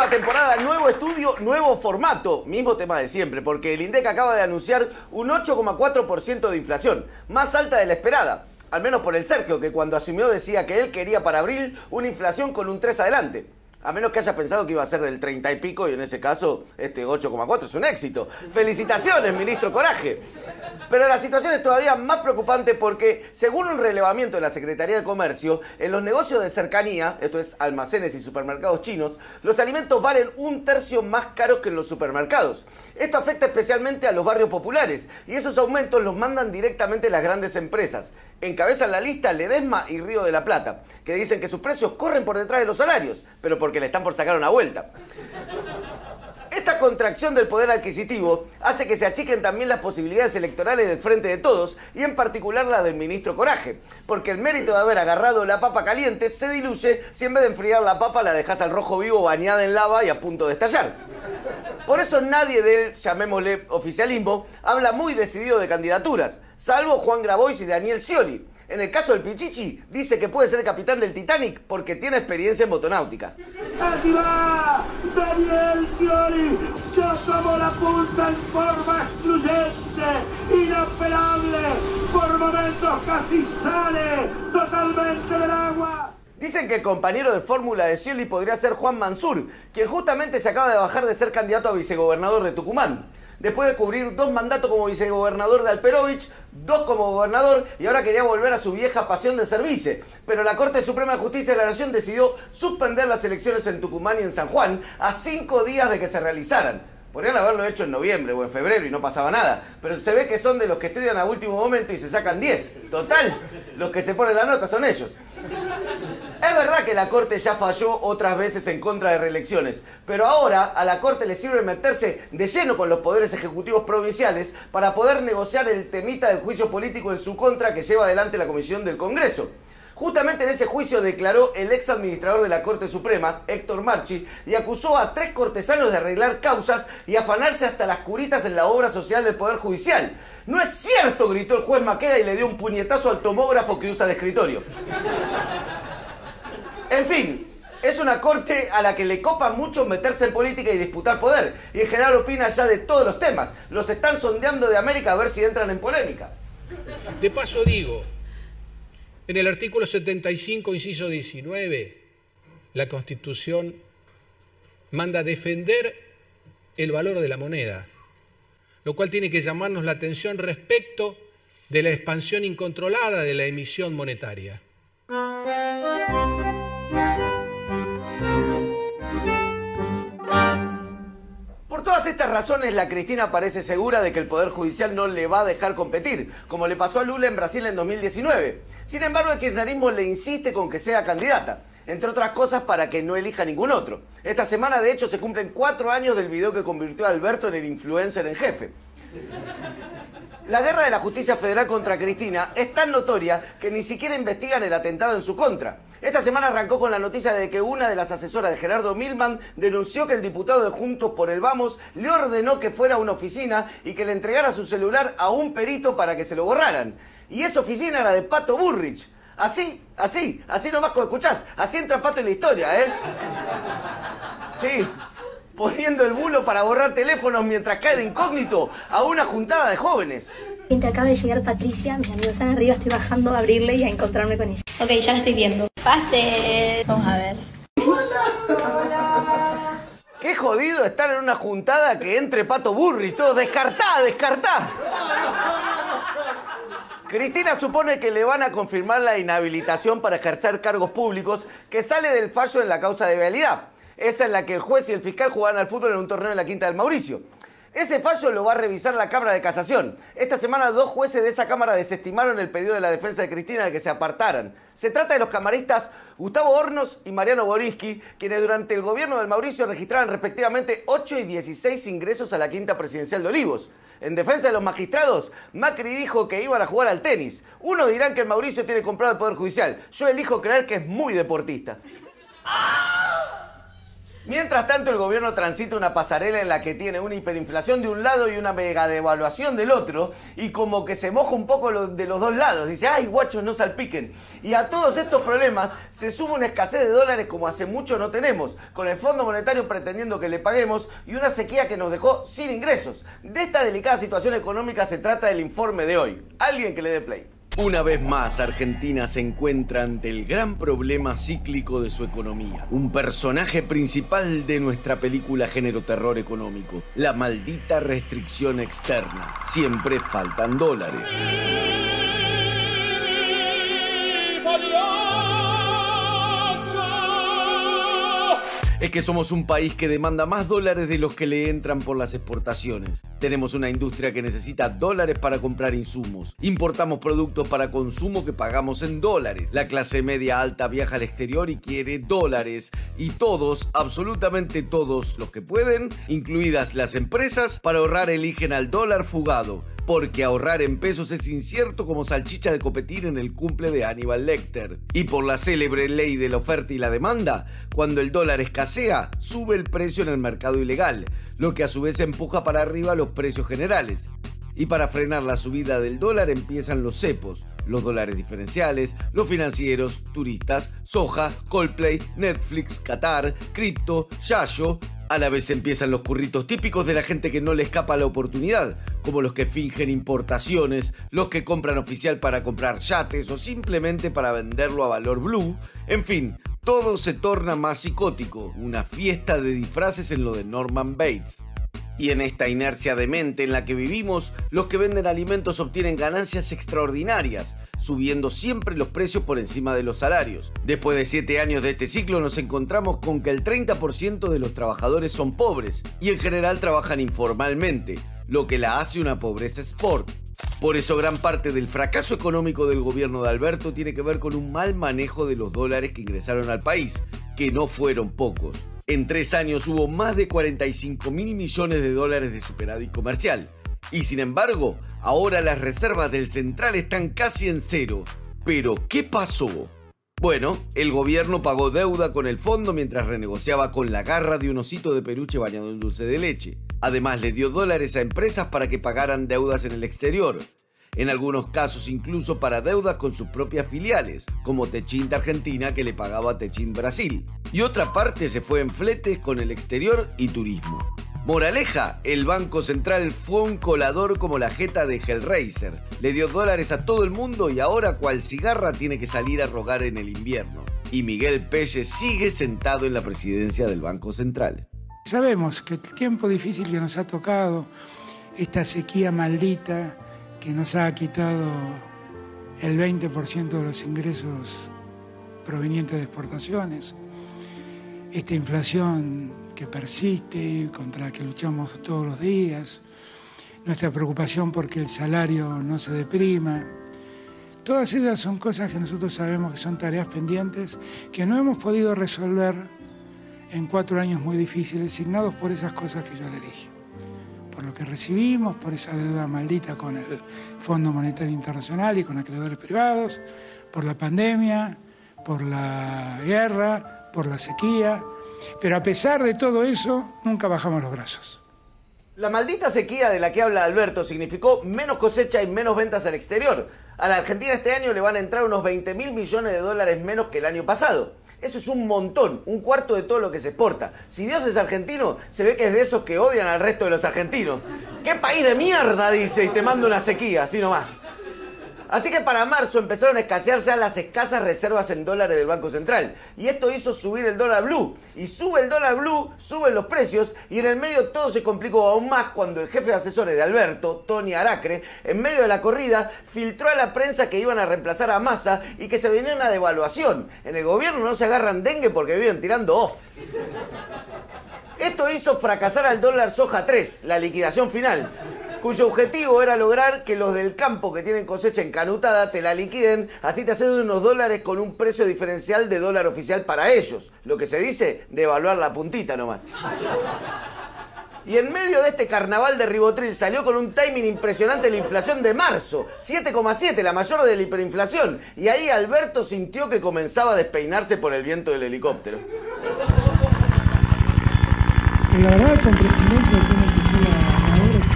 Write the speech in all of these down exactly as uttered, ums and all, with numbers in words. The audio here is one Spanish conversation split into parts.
Nueva temporada, nuevo estudio, nuevo formato. Mismo tema de siempre, porque el INDEC acaba de anunciar un ocho coma cuatro por ciento de inflación, más alta de la esperada. Al menos por el Sergio, que cuando asumió decía que él quería para abril una inflación con un tres adelante. A menos que haya pensado que iba a ser del treinta y pico, y en ese caso, este ocho coma cuatro es un éxito. ¡Felicitaciones, ministro Coraje! Pero la situación es todavía más preocupante porque, según un relevamiento de la Secretaría de Comercio, en los negocios de cercanía, esto es almacenes y supermercados chinos, los alimentos valen un tercio más caros que en los supermercados. Esto afecta especialmente a los barrios populares, y esos aumentos los mandan directamente las grandes empresas. Encabezan la lista Ledesma y Río de la Plata, que dicen que sus precios corren por detrás de los salarios, pero porque le están por sacar una vuelta. Esta contracción del poder adquisitivo hace que se achiquen también las posibilidades electorales del Frente de Todos, y en particular la del ministro Coraje, porque el mérito de haber agarrado la papa caliente se diluye si en vez de enfriar la papa la dejas al rojo vivo bañada en lava y a punto de estallar. Por eso nadie del, llamémosle, oficialismo habla muy decidido de candidaturas, salvo Juan Grabois y Daniel Scioli. En el caso del Pichichi, dice que puede ser capitán del Titanic porque tiene experiencia en motonáutica. ¡Aquí va! ¡Daniel Scioli! ¡Ya tomó la punta en forma excluyente, inoperable! ¡Por momentos casi sale totalmente del agua! Dicen que el compañero de fórmula de Scioli podría ser Juan Mansur, quien justamente se acaba de bajar de ser candidato a vicegobernador de Tucumán. Después de cubrir dos mandatos como vicegobernador de Alperovich, dos como gobernador, y ahora quería volver a su vieja pasión de ser vice. Pero la Corte Suprema de Justicia de la Nación decidió suspender las elecciones en Tucumán y en San Juan a cinco días de que se realizaran. Podrían haberlo hecho en noviembre o en febrero y no pasaba nada, pero se ve que son de los que estudian a último momento y se sacan diez. Total, los que se ponen la nota son ellos. Es verdad que la Corte ya falló otras veces en contra de reelecciones, pero ahora a la Corte le sirve meterse de lleno con los poderes ejecutivos provinciales para poder negociar el temita del juicio político en su contra que lleva adelante la Comisión del Congreso. Justamente en ese juicio declaró el ex administrador de la Corte Suprema, Héctor Marchi, y acusó a tres cortesanos de arreglar causas y afanarse hasta las curitas en la obra social del Poder Judicial. ¡No es cierto!, gritó el juez Maqueda y le dio un puñetazo al tomógrafo que usa de escritorio. En fin, es una corte a la que le copa mucho meterse en política y disputar poder. Y en general opina ya de todos los temas. Los están sondeando de América a ver si entran en polémica. De paso digo, en el artículo setenta y cinco, inciso diecinueve, la Constitución manda defender el valor de la moneda, lo cual tiene que llamarnos la atención respecto de la expansión incontrolada de la emisión monetaria. Por todas estas razones, la Cristina parece segura de que el Poder Judicial no le va a dejar competir, como le pasó a Lula en Brasil en dos mil diecinueve. Sin embargo, el kirchnerismo le insiste con que sea candidata, entre otras cosas para que no elija ningún otro. Esta semana, de hecho, se cumplen cuatro años del video que convirtió a Alberto en el influencer en jefe. La guerra de la justicia federal contra Cristina es tan notoria que ni siquiera investigan el atentado en su contra. Esta semana arrancó con la noticia de que una de las asesoras de Gerardo Milman denunció que el diputado de Juntos por el Vamos le ordenó que fuera a una oficina y que le entregara su celular a un perito para que se lo borraran. Y esa oficina era de Pato Bullrich. Así, así, así nomás como escuchás. Así entra Pato en la historia, ¿eh? Sí, poniendo el bulo para borrar teléfonos mientras cae de incógnito a una juntada de jóvenes. Gente, acaba de llegar Patricia, mis amigos están arriba, estoy bajando a abrirle y a encontrarme con ella. Ok, ya la estoy viendo. Pase. Vamos a ver. Hola. Qué jodido estar en una juntada que entre Pato Bullrich, todo descartá, descartá. Cristina supone que le van a confirmar la inhabilitación para ejercer cargos públicos que sale del fallo en la causa de vialidad. Esa en la que el juez y el fiscal jugaban al fútbol en un torneo en la Quinta del Mauricio. Ese fallo lo va a revisar la Cámara de Casación. Esta semana dos jueces de esa Cámara desestimaron el pedido de la defensa de Cristina de que se apartaran. Se trata de los camaristas Gustavo Hornos y Mariano Boriski, quienes durante el gobierno del Mauricio registraron respectivamente ocho y dieciséis ingresos a la Quinta Presidencial de Olivos. En defensa de los magistrados, Macri dijo que iban a jugar al tenis. Unos dirán que el Mauricio tiene comprado el Poder Judicial. Yo elijo creer que es muy deportista. Mientras tanto, el gobierno transita una pasarela en la que tiene una hiperinflación de un lado y una mega devaluación del otro, y como que se moja un poco lo, de los dos lados. Dice, ay, guachos, no salpiquen. Y a todos estos problemas se suma una escasez de dólares como hace mucho no tenemos, con el Fondo Monetario pretendiendo que le paguemos y una sequía que nos dejó sin ingresos. De esta delicada situación económica se trata el informe de hoy. Alguien que le dé play. Una vez más, Argentina se encuentra ante el gran problema cíclico de su economía. Un personaje principal de nuestra película género terror económico. La maldita restricción externa. Siempre faltan dólares. Es que somos un país que demanda más dólares de los que le entran por las exportaciones. Tenemos una industria que necesita dólares para comprar insumos. Importamos productos para consumo que pagamos en dólares. La clase media alta viaja al exterior y quiere dólares. Y todos, absolutamente todos los que pueden, incluidas las empresas, para ahorrar eligen al dólar fugado. Porque ahorrar en pesos es incierto como salchicha de copetín en el cumple de Aníbal Lecter. Y por la célebre ley de la oferta y la demanda, cuando el dólar escasea, sube el precio en el mercado ilegal, lo que a su vez empuja para arriba los precios generales. Y para frenar la subida del dólar empiezan los cepos, los dólares diferenciales, los financieros, turistas, soja, Coldplay, Netflix, Qatar, cripto, Yayo. A la vez empiezan los curritos típicos de la gente que no le escapa la oportunidad, como los que fingen importaciones, los que compran oficial para comprar yates o simplemente para venderlo a valor blue. En fin, todo se torna más psicótico, una fiesta de disfraces en lo de Norman Bates. Y en esta inercia demente en la que vivimos, los que venden alimentos obtienen ganancias extraordinarias, subiendo siempre los precios por encima de los salarios. Después de siete años de este ciclo nos encontramos con que el treinta por ciento de los trabajadores son pobres y en general trabajan informalmente, lo que la hace una pobreza sport. Por eso gran parte del fracaso económico del gobierno de Alberto tiene que ver con un mal manejo de los dólares que ingresaron al país, que no fueron pocos. En tres años hubo más de cuarenta y cinco mil millones de dólares de superávit comercial. Y sin embargo, ahora las reservas del central están casi en cero. ¿Pero qué pasó? Bueno, el gobierno pagó deuda con el fondo mientras renegociaba con la garra de un osito de peluche bañado en dulce de leche. Además, le dio dólares a empresas para que pagaran deudas en el exterior. En algunos casos incluso para deudas con sus propias filiales, como Techint Argentina que le pagaba a Techint Brasil. Y otra parte se fue en fletes con el exterior y turismo. Moraleja, el Banco Central fue un colador como la jeta de Hellraiser. Le dio dólares a todo el mundo y ahora cual cigarra tiene que salir a rogar en el invierno. Y Miguel Pelle sigue sentado en la presidencia del Banco Central. Sabemos que el tiempo difícil que nos ha tocado, esta sequía maldita que nos ha quitado el veinte por ciento de los ingresos provenientes de exportaciones, esta inflación que persiste, contra la que luchamos todos los días, nuestra preocupación porque el salario no se deprima. Todas ellas son cosas que nosotros sabemos que son tareas pendientes que no hemos podido resolver en cuatro años muy difíciles, signados por esas cosas que yo le dije. Por lo que recibimos, por esa deuda maldita con el Fondo Monetario Internacional y con acreedores privados, por la pandemia, por la guerra, por la sequía. Pero a pesar de todo eso, nunca bajamos los brazos. La maldita sequía de la que habla Alberto significó menos cosecha y menos ventas al exterior. A la Argentina este año le van a entrar unos veinte mil millones de dólares menos que el año pasado. Eso es un montón, un cuarto de todo lo que se exporta. Si Dios es argentino, se ve que es de esos que odian al resto de los argentinos. ¡Qué país de mierda!, dice, y te manda una sequía, así nomás. Así que para marzo empezaron a escasear ya las escasas reservas en dólares del Banco Central. Y esto hizo subir el dólar blue. Y sube el dólar blue, suben los precios, y en el medio todo se complicó aún más cuando el jefe de asesores de Alberto, Tony Aracre, en medio de la corrida, filtró a la prensa que iban a reemplazar a Massa y que se venía una devaluación. En el gobierno no se agarran dengue porque viven tirando off. Esto hizo fracasar al dólar soja tres, la liquidación final, cuyo objetivo era lograr que los del campo que tienen cosecha encanutada te la liquiden, así te hacen unos dólares con un precio diferencial de dólar oficial para ellos. Lo que se dice, devaluar la puntita nomás. Y en medio de este carnaval de ribotril salió con un timing impresionante la inflación de marzo, siete coma siete, la mayor de la hiperinflación. Y ahí Alberto sintió que comenzaba a despeinarse por el viento del helicóptero. la verdad, con Presidencia tiene que empezar la, la obra,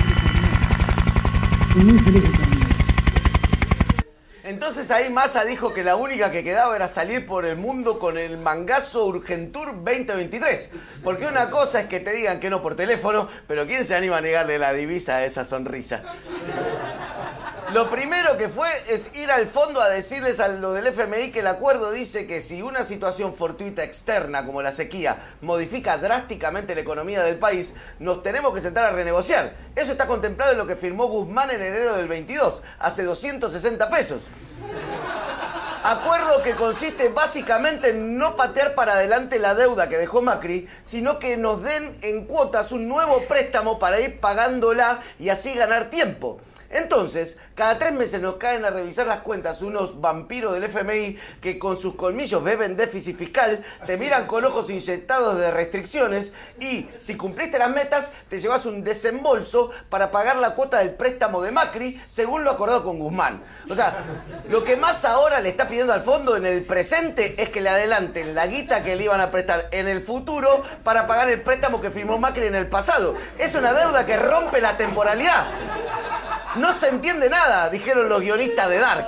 estoy muy feliz de terminar. Estoy muy feliz de terminar. Entonces ahí Massa dijo que la única que quedaba era salir por el mundo con el mangazo Urgentur veinte veintitrés. Porque una cosa es que te digan que no por teléfono, pero ¿quién se anima a negarle la divisa a esa sonrisa? Lo primero que fue es ir al fondo a decirles a lo del F M I que el acuerdo dice que si una situación fortuita externa como la sequía modifica drásticamente la economía del país, nos tenemos que sentar a renegociar. Eso está contemplado en lo que firmó Guzmán en enero del veintidós, hace doscientos sesenta pesos. Acuerdo que consiste básicamente en no patear para adelante la deuda que dejó Macri, sino que nos den en cuotas un nuevo préstamo para ir pagándola y así ganar tiempo. Entonces, cada tres meses nos caen a revisar las cuentas unos vampiros del F M I que con sus colmillos beben déficit fiscal, te miran con ojos inyectados de restricciones y, si cumpliste las metas, te llevas un desembolso para pagar la cuota del préstamo de Macri, según lo acordado con Guzmán. O sea, lo que más ahora le está pidiendo al fondo en el presente es que le adelanten la guita que le iban a prestar en el futuro para pagar el préstamo que firmó Macri en el pasado. Es una deuda que rompe la temporalidad. No se entiende nada, dijeron los guionistas de Dark.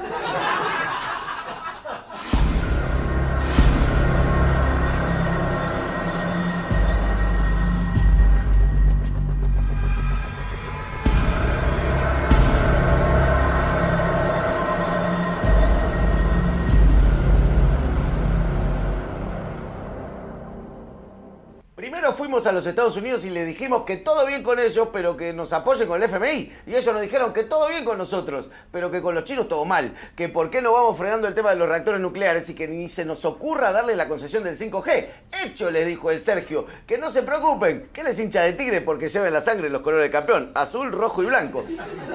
Primero fuimos a los Estados Unidos y les dijimos que todo bien con ellos, pero que nos apoyen con el F M I. Y ellos nos dijeron que todo bien con nosotros, pero que con los chinos todo mal. Que por qué no vamos frenando el tema de los reactores nucleares y que ni se nos ocurra darle la concesión del cinco G. Hecho, les dijo el Sergio, que no se preocupen, que les hincha de tigre porque lleven la sangre los colores de campeón, azul, rojo y blanco.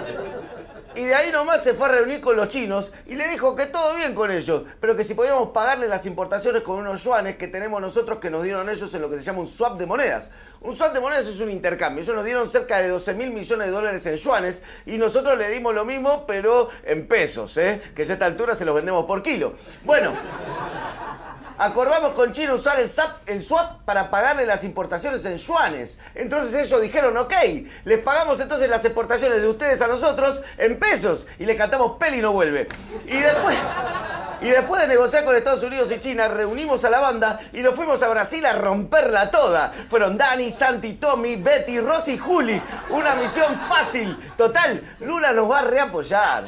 Y de ahí nomás se fue a reunir con los chinos y le dijo que todo bien con ellos, pero que si podíamos pagarle las importaciones con unos yuanes que tenemos nosotros que nos dieron ellos en lo que se llama un swap de monedas. Un swap de monedas es un intercambio. Ellos nos dieron cerca de doce mil millones de dólares en yuanes y nosotros le dimos lo mismo, pero en pesos, ¿eh? Que ya a esta altura se los vendemos por kilo. Bueno, acordamos con China usar el, zap, el swap para pagarle las importaciones en yuanes. Entonces ellos dijeron, ok, les pagamos entonces las exportaciones de ustedes a nosotros en pesos. Y le cantamos Peli no vuelve. Y después, y después de negociar con Estados Unidos y China, reunimos a la banda y nos fuimos a Brasil a romperla toda. Fueron Dani, Santi, Tommy, Betty, Rosy y Juli. Una misión fácil. Total, Lula nos va a reapoyar.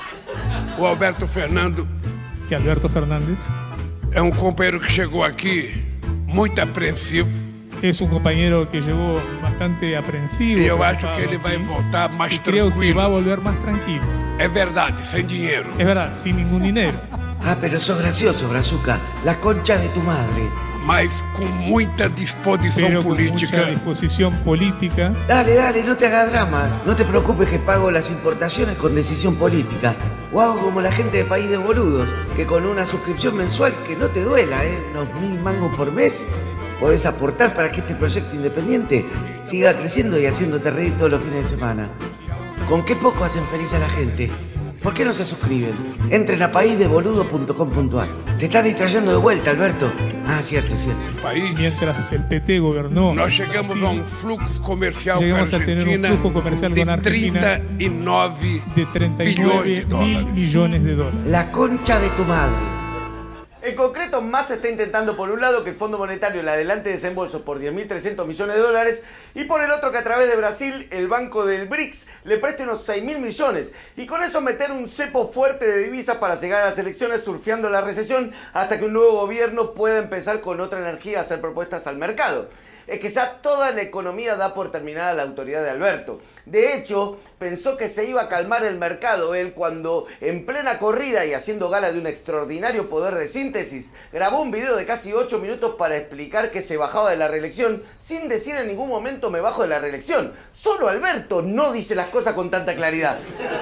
O Alberto Fernando. Que Alberto Fernández é um companheiro que chegou aqui muito apreensivo. Es un compañero que llegó bastante aprensivo. E eu acho que ele vai voltar mais creo tranquilo. que va a volver más tranquilo. É verdade, sem dinheiro. Es verdad, sin ningún dinero. Ah, pero sos gracioso, Brazuca. La concha de tu madre. Mas com muita disposição Pero con política. mucha disposición política. Dale, dale, no te hagas drama. No te preocupes que pago las importaciones con decisión política. Wow, como la gente de País de Boludos, que con una suscripción mensual que no te duela, ¿eh? Unos mil mangos por mes, podés aportar para que este proyecto independiente siga creciendo y haciéndote reír todos los fines de semana. ¿Con qué poco hacen feliz a la gente? ¿Por qué no se suscriben? Entren a país de boludo punto com punto a r. Te estás distrayendo de vuelta, Alberto. Ah, cierto, cierto. País. Mientras el P T gobernó, Nós chegamos Brasil, a um fluxo comercial com a llegamos a tener un Argentina flujo comercial de con Argentina trinta e nove de treinta y bilhões nueve de mil dólares. millones de dólares. La concha de tu madre. En concreto, Massa está intentando por un lado que el Fondo Monetario le adelante desembolsos por diez mil trescientos millones de dólares y por el otro que a través de Brasil el Banco del B R I C S le preste unos seis mil millones y con eso meter un cepo fuerte de divisas para llegar a las elecciones surfeando la recesión hasta que un nuevo gobierno pueda empezar con otra energía a hacer propuestas al mercado. Es que ya toda la economía da por terminada la autoridad de Alberto. De hecho, pensó que se iba a calmar el mercado él cuando, en plena corrida y haciendo gala de un extraordinario poder de síntesis, grabó un video de casi ocho minutos para explicar que se bajaba de la reelección sin decir en ningún momento me bajo de la reelección. Solo Alberto no dice las cosas con tanta claridad.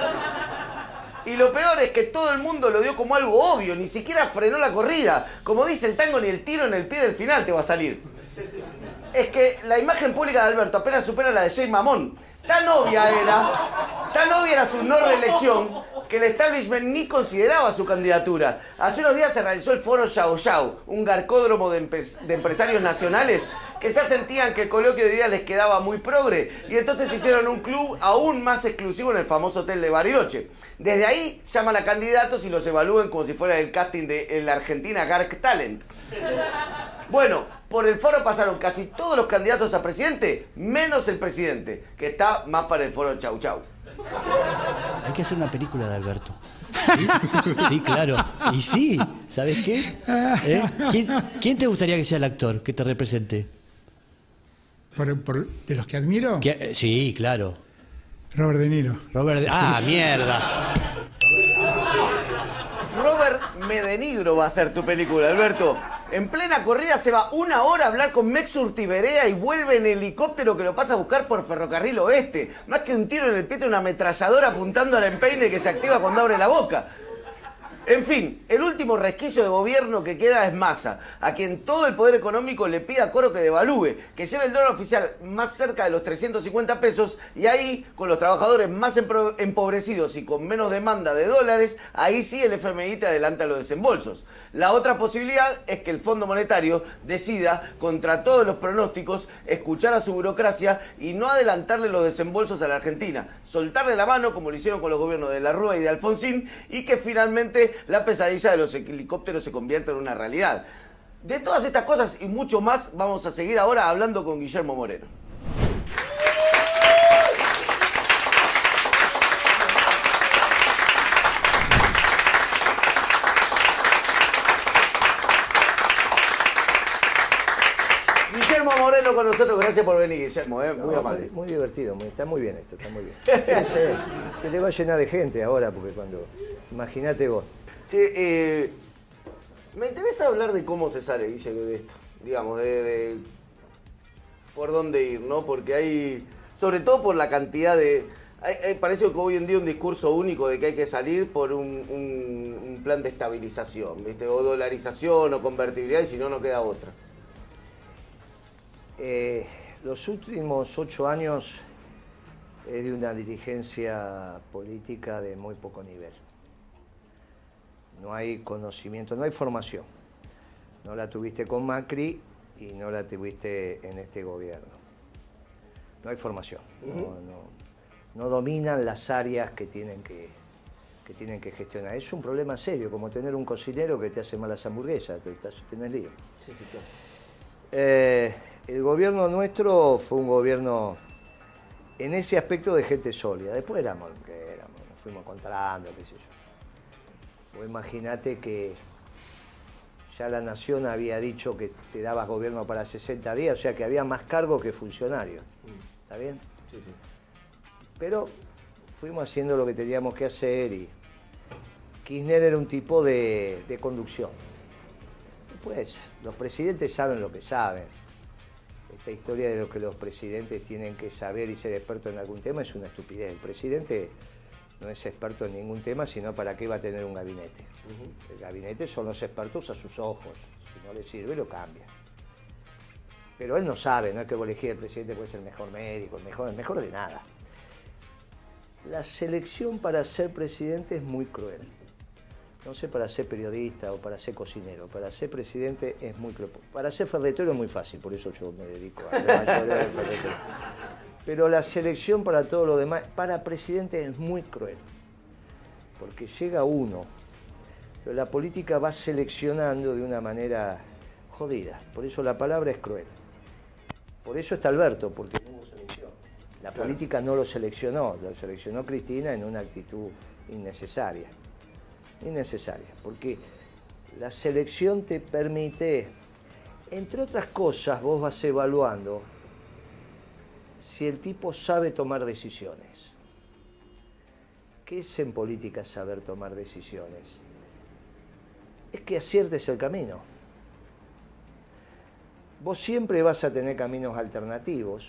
Y lo peor es que todo el mundo lo dio como algo obvio, ni siquiera frenó la corrida. Como dice el tango, ni el tiro en el pie del final te va a salir. Es que la imagen pública de Alberto apenas supera la de Jay Mamón. Tan obvia era, tan obvia era su no reelección, que el establishment ni consideraba su candidatura. Hace unos días se realizó el foro Yao Yao, un garcódromo de, empre- de empresarios nacionales que ya sentían que el coloquio de ideas les quedaba muy progre y entonces hicieron un club aún más exclusivo en el famoso hotel de Bariloche. Desde ahí llaman a candidatos y los evalúan como si fuera el casting de la Argentina Got Talent. Bueno, por el foro pasaron casi todos los candidatos a presidente, menos el presidente, que está más para el foro Chau Chau. Hay que hacer una película de Alberto. ¿Sí? Sí, claro. Y sí, ¿sabes qué? ¿Eh? ¿Quién, ¿Quién te gustaría que sea el actor que te represente? ¿Por, por, ¿De los que admiro? ¿Qué? Sí, claro. Robert De Niro. Robert de... Ah, mierda. Robert Medenigro va a ser tu película, Alberto. En plena corrida se va una hora a hablar con Mex Urtiberea y vuelve en helicóptero que lo pasa a buscar por Ferrocarril Oeste. Más que un tiro en el pie, una ametralladora apuntando al empeine que se activa cuando abre la boca. En fin, el último resquicio de gobierno que queda es Massa, a quien todo el poder económico le pide a Coro que devalúe, que lleve el dólar oficial más cerca de los trescientos cincuenta pesos y ahí, con los trabajadores más empobrecidos y con menos demanda de dólares, ahí sí el F M I te adelanta los desembolsos. La otra posibilidad es que el Fondo Monetario decida, contra todos los pronósticos, escuchar a su burocracia y no adelantarle los desembolsos a la Argentina, soltarle la mano como lo hicieron con los gobiernos de La Rúa y de Alfonsín y que finalmente la pesadilla de los helicópteros se convierta en una realidad. De todas estas cosas y mucho más vamos a seguir ahora hablando con Guillermo Moreno. Guillermo Moreno con nosotros, gracias por venir, Guillermo, ¿eh? Muy no, amable. Muy, muy divertido, muy, está muy bien esto, está muy bien. Sí, sí, se te va a llenar de gente ahora, porque cuando... Imagínate vos. Che, eh, me interesa hablar de cómo se sale, Guille, de esto. Digamos, de, de por dónde ir, ¿no? Porque hay, sobre todo por la cantidad de... Hay, hay, parece que hoy en día un discurso único de que hay que salir por un, un, un plan de estabilización, ¿viste? O dolarización o convertibilidad y si no, no queda otra. Eh, los últimos ocho años es de una dirigencia política de muy poco nivel. No hay conocimiento, no hay formación. No la tuviste con Macri y no la tuviste en este gobierno. No hay formación. Uh-huh. no, no, no dominan las áreas que tienen que, que tienen que gestionar. Es un problema serio, como tener un cocinero que te hace malas hamburguesas, te, te tenés lío. Sí, sí, claro. Eh, el gobierno nuestro fue un gobierno en ese aspecto de gente sólida. Después éramos lo que éramos, nos fuimos encontrando, qué sé yo. Vos imaginate que ya la Nación había dicho que te dabas gobierno para sesenta días, o sea que había más cargos que funcionarios. ¿Está bien? Sí, sí. Pero fuimos haciendo lo que teníamos que hacer y Kirchner era un tipo de, de conducción. Después, los presidentes saben lo que saben. Esta historia de lo que los presidentes tienen que saber y ser expertos en algún tema es una estupidez. El presidente no es experto en ningún tema, sino para qué va a tener un gabinete. Uh-huh. El gabinete son los expertos a sus ojos. Si no le sirve, lo cambia. Pero él no sabe, no es que vos elegís el presidente puede ser el mejor médico, el mejor, el mejor de nada. La selección para ser presidente es muy cruel. No sé, para ser periodista o para ser cocinero. Para ser presidente es muy cruel. Para ser ferretero es muy fácil, por eso yo me dedico a la mayoría del ferretero. Pero la selección para todo lo demás, para presidente es muy cruel. Porque llega uno, pero la política va seleccionando de una manera jodida. Por eso la palabra es cruel. Por eso está Alberto, porque no hubo selección. La claro. política no lo seleccionó, lo seleccionó Cristina en una actitud innecesaria. Innecesaria, porque la selección te permite, entre otras cosas, vos vas evaluando si el tipo sabe tomar decisiones. ¿Qué es en política saber tomar decisiones? Es que aciertes el camino. Vos siempre vas a tener caminos alternativos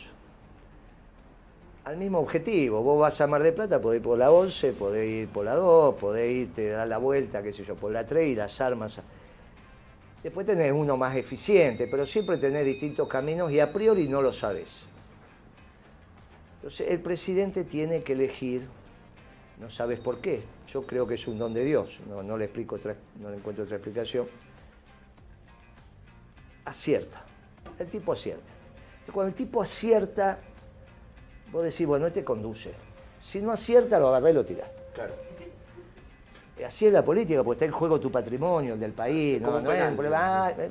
al mismo objetivo. Vos vas a Mar del Plata, podés ir por la once, podés ir por la dos, podés ir, te dar la vuelta, qué sé yo, por la tres y las armas. Después tenés uno más eficiente, pero siempre tenés distintos caminos y a priori no lo sabés. Entonces el presidente tiene que elegir, no sabes por qué. Yo creo que es un don de Dios, no, no le explico otra, no le encuentro otra explicación. Acierta, el tipo acierta. Cuando el tipo acierta, vos decís, bueno, este conduce. Si no acierta, lo agarrás y lo tirás. Claro. Así es la política, porque está en juego tu patrimonio, el del país, no, no es un problema. Ah,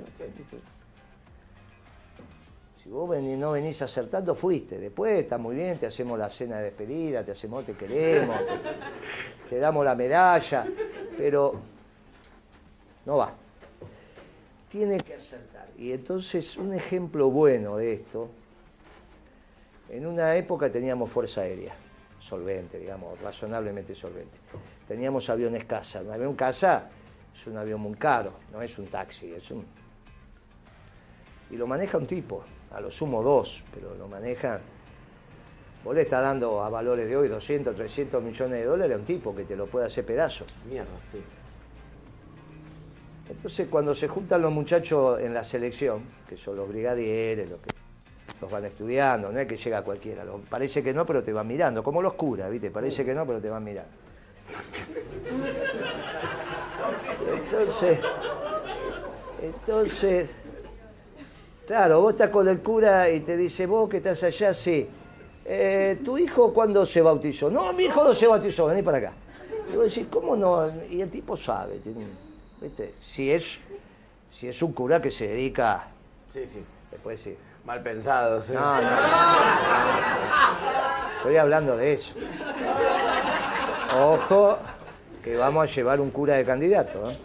si vos venís, no venís acertando, fuiste. Después está muy bien, te hacemos la cena de despedida, te hacemos, te queremos, te, te damos la medalla, pero no va. Tiene que acertar. Y entonces, un ejemplo bueno de esto, en una época teníamos Fuerza Aérea, solvente, digamos, razonablemente solvente. Teníamos aviones caza. Un avión caza es un avión muy caro, no es un taxi, es un... Y lo maneja un tipo, a lo sumo dos, pero lo maneja... Vos le estás dando a valores de hoy doscientos, trescientos millones de dólares a un tipo que te lo puede hacer pedazo. Mierda, sí. Entonces, cuando se juntan los muchachos en la selección, que son los brigadieres, los que los van estudiando, no es que llega cualquiera, lo, parece que no, pero te van mirando, como los curas, ¿viste? Parece que no, pero te van mirando. Entonces, entonces, claro, vos estás con el cura y te dice, vos que estás allá, sí. Eh, ¿Tu hijo cuándo se bautizó? No, mi hijo no se bautizó, vení para acá. Y vos decís, ¿cómo no? Y el tipo sabe, tiene, ¿viste? Si es, si es un cura que se dedica... Sí, sí. Después sí. Mal pensado, sí. No, no, no, no, no. Estoy hablando de eso. Ojo, que vamos a llevar un cura de candidato, ¿eh?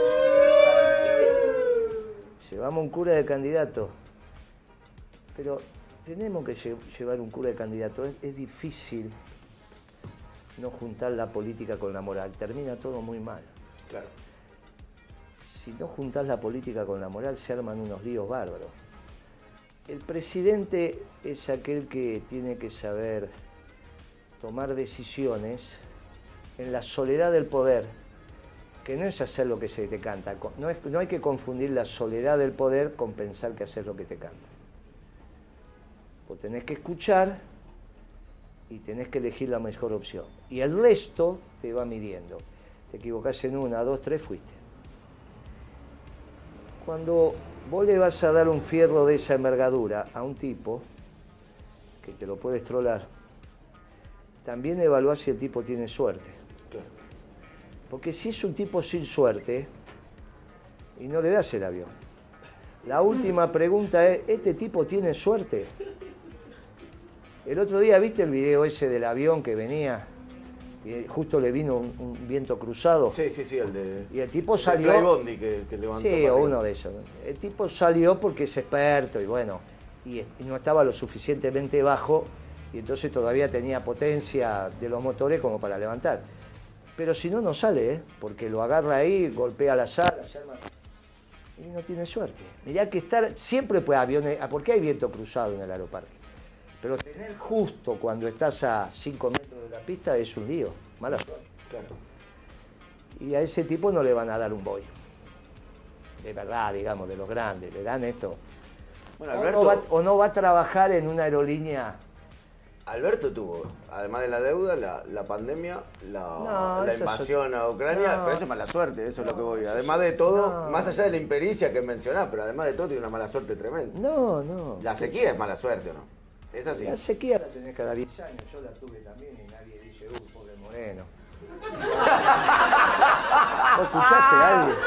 Llevamos un cura de candidato. Pero tenemos que lle llevar un cura de candidato. Es, es difícil no juntar la política con la moral. Termina todo muy mal. Claro. Si no juntás la política con la moral, se arman unos líos bárbaros. El presidente es aquel que tiene que saber tomar decisiones en la soledad del poder, que no es hacer lo que se te canta. No, es, no hay que confundir la soledad del poder con pensar que hacer lo que te canta. Vos tenés que escuchar y tenés que elegir la mejor opción. Y el resto te va midiendo. Te equivocás en una, dos, tres, fuiste. Cuando vos le vas a dar un fierro de esa envergadura a un tipo que te lo puedes trolar, también evaluás si el tipo tiene suerte. Claro. Porque si es un tipo sin suerte, y no le das el avión. La última pregunta es, ¿este tipo tiene suerte? El otro día, ¿viste el video ese del avión que venía? Y justo le vino un, un viento cruzado. Sí, sí, sí, el de... Y el tipo salió... El Bondi que, que levantó. Sí, o uno de esos. El tipo salió porque es experto y bueno, y, y no estaba lo suficientemente bajo y entonces todavía tenía potencia de los motores como para levantar. Pero si no, no sale, ¿eh? Porque lo agarra ahí, golpea la sala, y no tiene suerte. Mirá que estar, siempre puede aviones, porque hay viento cruzado en el aeroparque. Pero tener justo cuando estás a cinco metros de la pista es un lío, mala suerte. Claro. Y a ese tipo no le van a dar un boy. De verdad, digamos, de los grandes, le dan esto. Bueno, o, Alberto, no va, o no va a trabajar en una aerolínea. Alberto tuvo, además de la deuda, la, la pandemia, la, No, la eso invasión es- a Ucrania, no. pero eso es mala suerte, eso es lo que voy. eso Además es- de todo, no. más allá de la impericia que mencionás, pero además de todo tiene una mala suerte tremenda. No, no. La sequía es mala suerte, ¿o no? Es así. La sequía la tenés cada diez años, yo la tuve también y nadie dice, uh, pobre Moreno. ¿Vos escuchaste a alguien?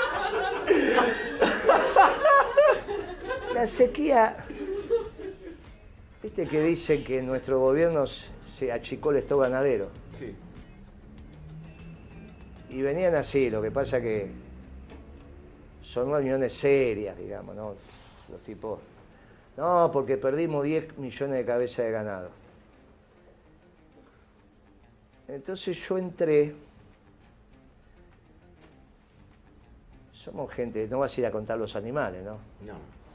La sequía, viste que dicen que en nuestro gobierno se achicó el stock ganadero. Sí. Y venían así, lo que pasa que son reuniones serias, digamos, ¿no? Los tipos, no, porque perdimos diez millones de cabezas de ganado. Entonces yo entré, somos gente, no vas a ir a contar los animales, ¿no? No.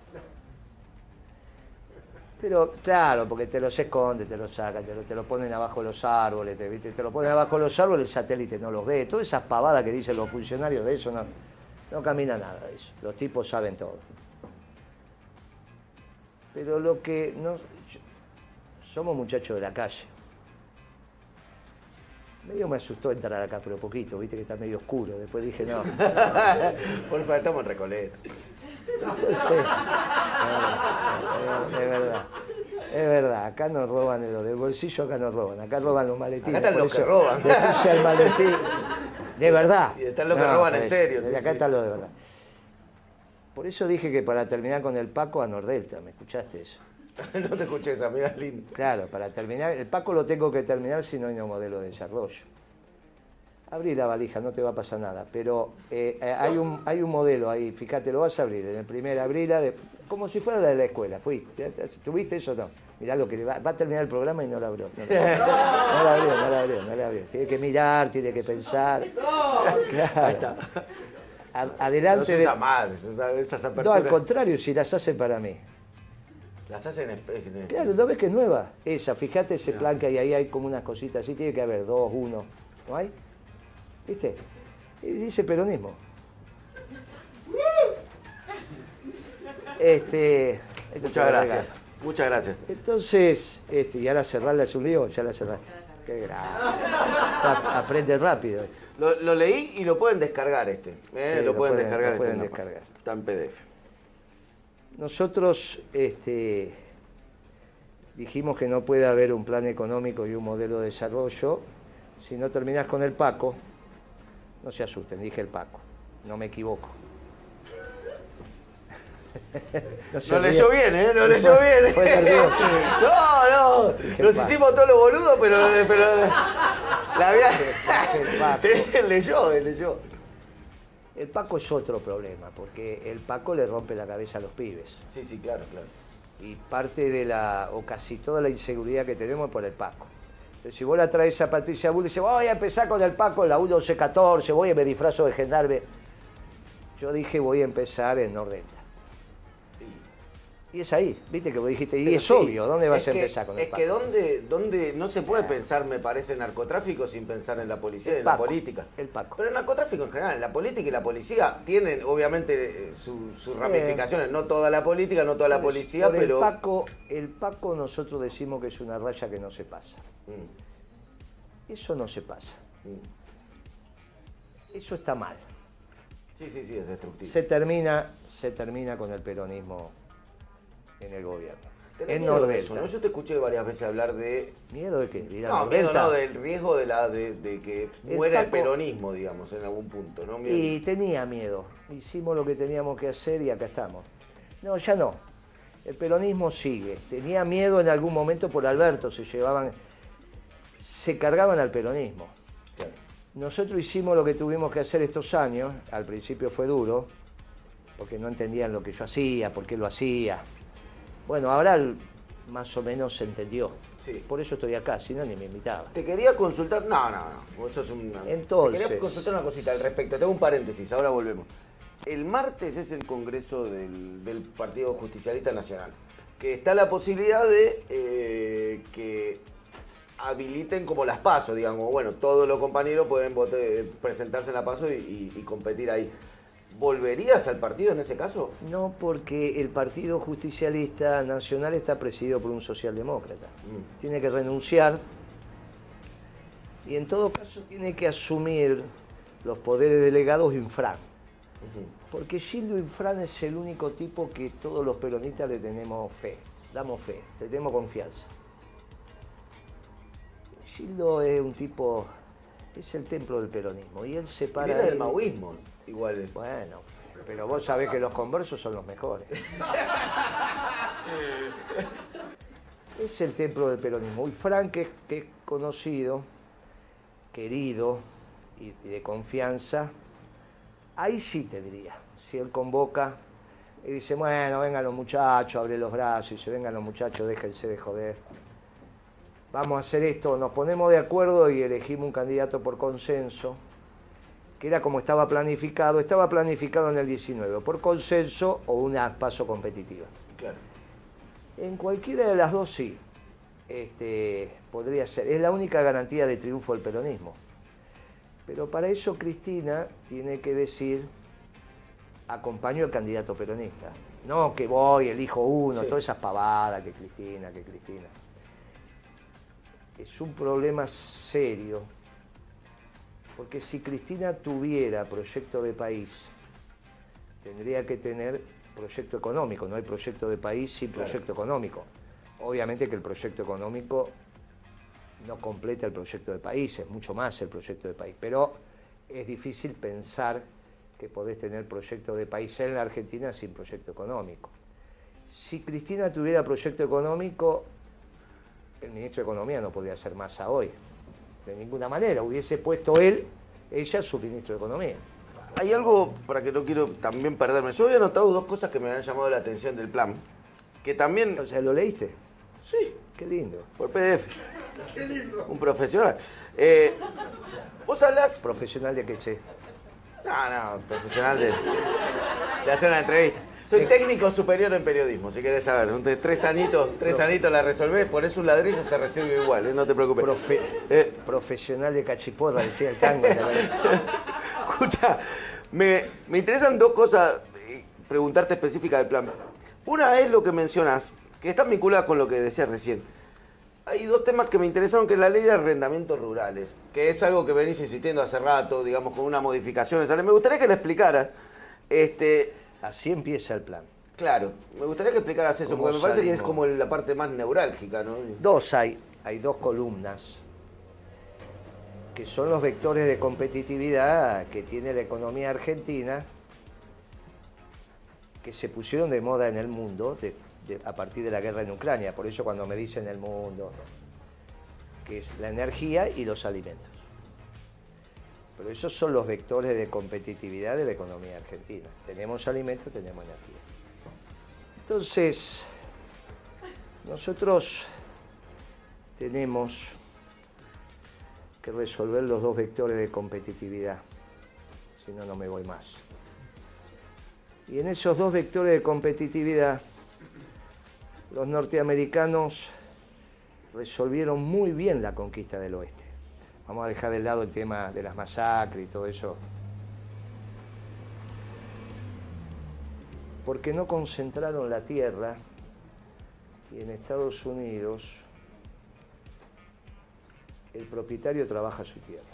Pero claro, porque te los esconde, te los sacan, te lo, te lo ponen abajo de los árboles, te, ¿viste? Te lo ponen abajo de los árboles, el satélite no los ve. Todas esas pavadas que dicen los funcionarios de eso, no, no camina nada de eso. Los tipos saben todo. Pero lo que no... yo- somos muchachos de la calle. Medio me asustó entrar acá, pero poquito, viste que está medio oscuro. Después dije, no. Por favor, estamos en Recoleta. Entonces, no, no, de verdad. Es verdad, acá nos roban en lo del bolsillo, acá nos roban, acá roban los maletines. Acá están los que roban. Le puse el maletín. De verdad. Y están los que roban en serio. Sí, acá sí. Está lo de verdad. Por eso dije que para terminar con el Paco a Nordelta, ¿me escuchaste eso? No te escuché esa, amiga linda. Claro, para terminar, el Paco lo tengo que terminar si no hay un modelo de desarrollo. Abrí la valija, no te va a pasar nada, pero eh, hay, un, hay un modelo ahí, fíjate, lo vas a abrir, en el primer abrila, de, como si fuera la de la escuela, fuiste, ¿tuviste eso o no? Mirá lo que le va, va a terminar el programa y no lo abrió. No, no, no, no la abrió, no la abrió, no la abrió. Tiene que mirar, tiene que pensar. Claro. Ahí está. Adelante. No se usa de... más, esas aperturas. No, al contrario, si las hacen para mí. Las hacen en... Claro, ¿no ves que es nueva? Esa, fíjate ese no. plan que hay ahí, hay como unas cositas así, tiene que haber dos, uno, ¿no hay? ¿Viste? Y dice peronismo. Este, Muchas gracias. Muchas gracias. Entonces, este, y ahora cerrarla es un lío, ya la cerraste. Qué grave. Aprende rápido. Lo, lo leí y lo pueden descargar este. ¿eh? Sí, lo, lo pueden, pueden descargar. Lo pueden este descargar. Está en P D F. Nosotros este, dijimos que no puede haber un plan económico y un modelo de desarrollo. Si no terminás con el Paco, no se asusten, dije el Paco, no me equivoco. No, no leyó bien, ¿eh? No leyó bien. Fue nervioso. No, no. Dije Nos hicimos todos los boludos, pero, pero la había... Él leyó, él leyó. El Paco es otro problema, porque el Paco le rompe la cabeza a los pibes. Sí, sí, claro, claro. Y parte de la, o casi toda la inseguridad que tenemos es por el Paco. Entonces, si vos la traes a Patricia Bull y dices, voy a empezar con el Paco en la U doce catorce, voy y me disfrazo de gendarme. Yo dije, voy a empezar en Nordelta. Y es ahí, viste que vos dijiste, y Pero es sí, obvio, ¿dónde vas es a que, empezar con el es Paco? Es que ¿dónde, dónde no se puede pensar, me parece, en narcotráfico sin pensar en la policía y en la política. El Paco. Pero el narcotráfico en general, la política y la policía tienen, obviamente, sus su sí. ramificaciones. No toda la política, no toda la por policía, por pero... El Paco, el Paco nosotros decimos que es una raya que no se pasa. Mm. Eso no se pasa. Mm. Eso está mal. Sí, sí, sí, es destructivo. Se termina, se termina con el peronismo en el gobierno. En Nordelta. ¿No? Yo te escuché varias veces hablar de... ¿Miedo de qué? ¿De ir a no, Nordelta? miedo no, del riesgo de, la, de, de que el muera Paco, el peronismo, digamos, en algún punto. ¿no? Miedo. Y tenía miedo. Hicimos lo que teníamos que hacer y acá estamos. No, ya no. El peronismo sigue. Tenía miedo en algún momento por Alberto, se llevaban... Se cargaban al peronismo. Claro. Nosotros hicimos lo que tuvimos que hacer estos años. Al principio fue duro, porque no entendían lo que yo hacía, por qué lo hacía. Bueno, ahora más o menos se entendió. Sí. Por eso estoy acá, si no ni me invitaba. Te quería consultar... No, no, no. Eso es una... Entonces... Te quería consultar una cosita al respecto. Tengo un paréntesis, ahora volvemos. El martes es el congreso del, del Partido Justicialista Nacional, que está la posibilidad de eh, que habiliten como las PASO, digamos. Bueno, todos los compañeros pueden votar, presentarse en la PASO y, y, y competir ahí. ¿Volverías al partido en ese caso? No, porque el Partido Justicialista Nacional está presidido por un socialdemócrata. Mm. Tiene que renunciar y en todo caso tiene que asumir los poderes delegados Infran. Uh-huh. Porque Gildo Infran es el único tipo que todos los peronistas le tenemos fe, damos fe, le tenemos confianza. Gildo es un tipo, es el templo del peronismo y él se para... Viene del maoísmo. Igual. Bueno, pero vos sabés que los conversos son los mejores. Es el templo del peronismo. Y Frank, que, que es conocido, querido y, y de confianza, ahí sí te diría. Si él convoca y dice, bueno, vengan los muchachos, abre los brazos y se vengan los muchachos, déjense de joder. Vamos a hacer esto, nos ponemos de acuerdo y elegimos un candidato por consenso. Que era como estaba planificado, estaba planificado en el diecinueve, por consenso o una paso competitiva. Claro. En cualquiera de las dos sí, este, podría ser. Es la única garantía de triunfo del peronismo. Pero para eso Cristina tiene que decir, acompaño al candidato peronista. No que voy, elijo uno, sí. Todas esas pavadas, que Cristina, que Cristina. Es un problema serio. Porque si Cristina tuviera proyecto de país, tendría que tener proyecto económico. No hay proyecto de país sin proyecto claro. económico. obviamente que el proyecto económico no completa el proyecto de país, es mucho más el proyecto de país, pero es difícil pensar que podés tener proyecto de país en la Argentina sin proyecto económico. Si Cristina tuviera proyecto económico, el ministro de Economía no podría ser Massa hoy. De ninguna manera, hubiese puesto él, ella, su ministro de Economía. Hay algo, para que no quiero también perderme. Yo había notado dos cosas que me han llamado la atención del plan. Que también... O sea, ¿lo leíste? Sí. Qué lindo. Por P D F. Qué lindo. Un profesional. Eh, vos hablas... ¿Profesional de qué, che? No, no, profesional de, de hacer una entrevista. Soy técnico superior en periodismo, si querés saber. Entonces, tres añitos, tres anitos la resolvés, ponés un ladrillo, se recibe igual, ¿eh? No te preocupes. Profe eh, profesional de cachiporra, decía el tango. Escucha, me, me interesan dos cosas, eh, preguntarte específicas del plan. Una es lo que mencionas, que está vinculada con lo que decías recién. Hay dos temas que me interesaron, que es la ley de arrendamientos rurales, que es algo que venís insistiendo hace rato, digamos, con una modificación. Me gustaría que le explicaras... Este, Así empieza el plan. Claro, me gustaría que explicaras eso, porque me parece que es como la parte más neurálgica, ¿no? Dos hay, hay dos columnas, que son los vectores de competitividad que tiene la economía argentina, que se pusieron de moda en el mundo de, de, a partir de la guerra en Ucrania. Por eso cuando me dicen el mundo, que es la energía y los alimentos. Pero esos son los vectores de competitividad de la economía argentina. Tenemos alimentos, tenemos energía. Entonces, nosotros tenemos que resolver los dos vectores de competitividad, si no, no me voy más. Y en esos dos vectores de competitividad, los norteamericanos resolvieron muy bien la conquista del oeste. Vamos a dejar de lado el tema de las masacres y todo eso. Porque no concentraron la tierra y en Estados Unidos el propietario trabaja su tierra.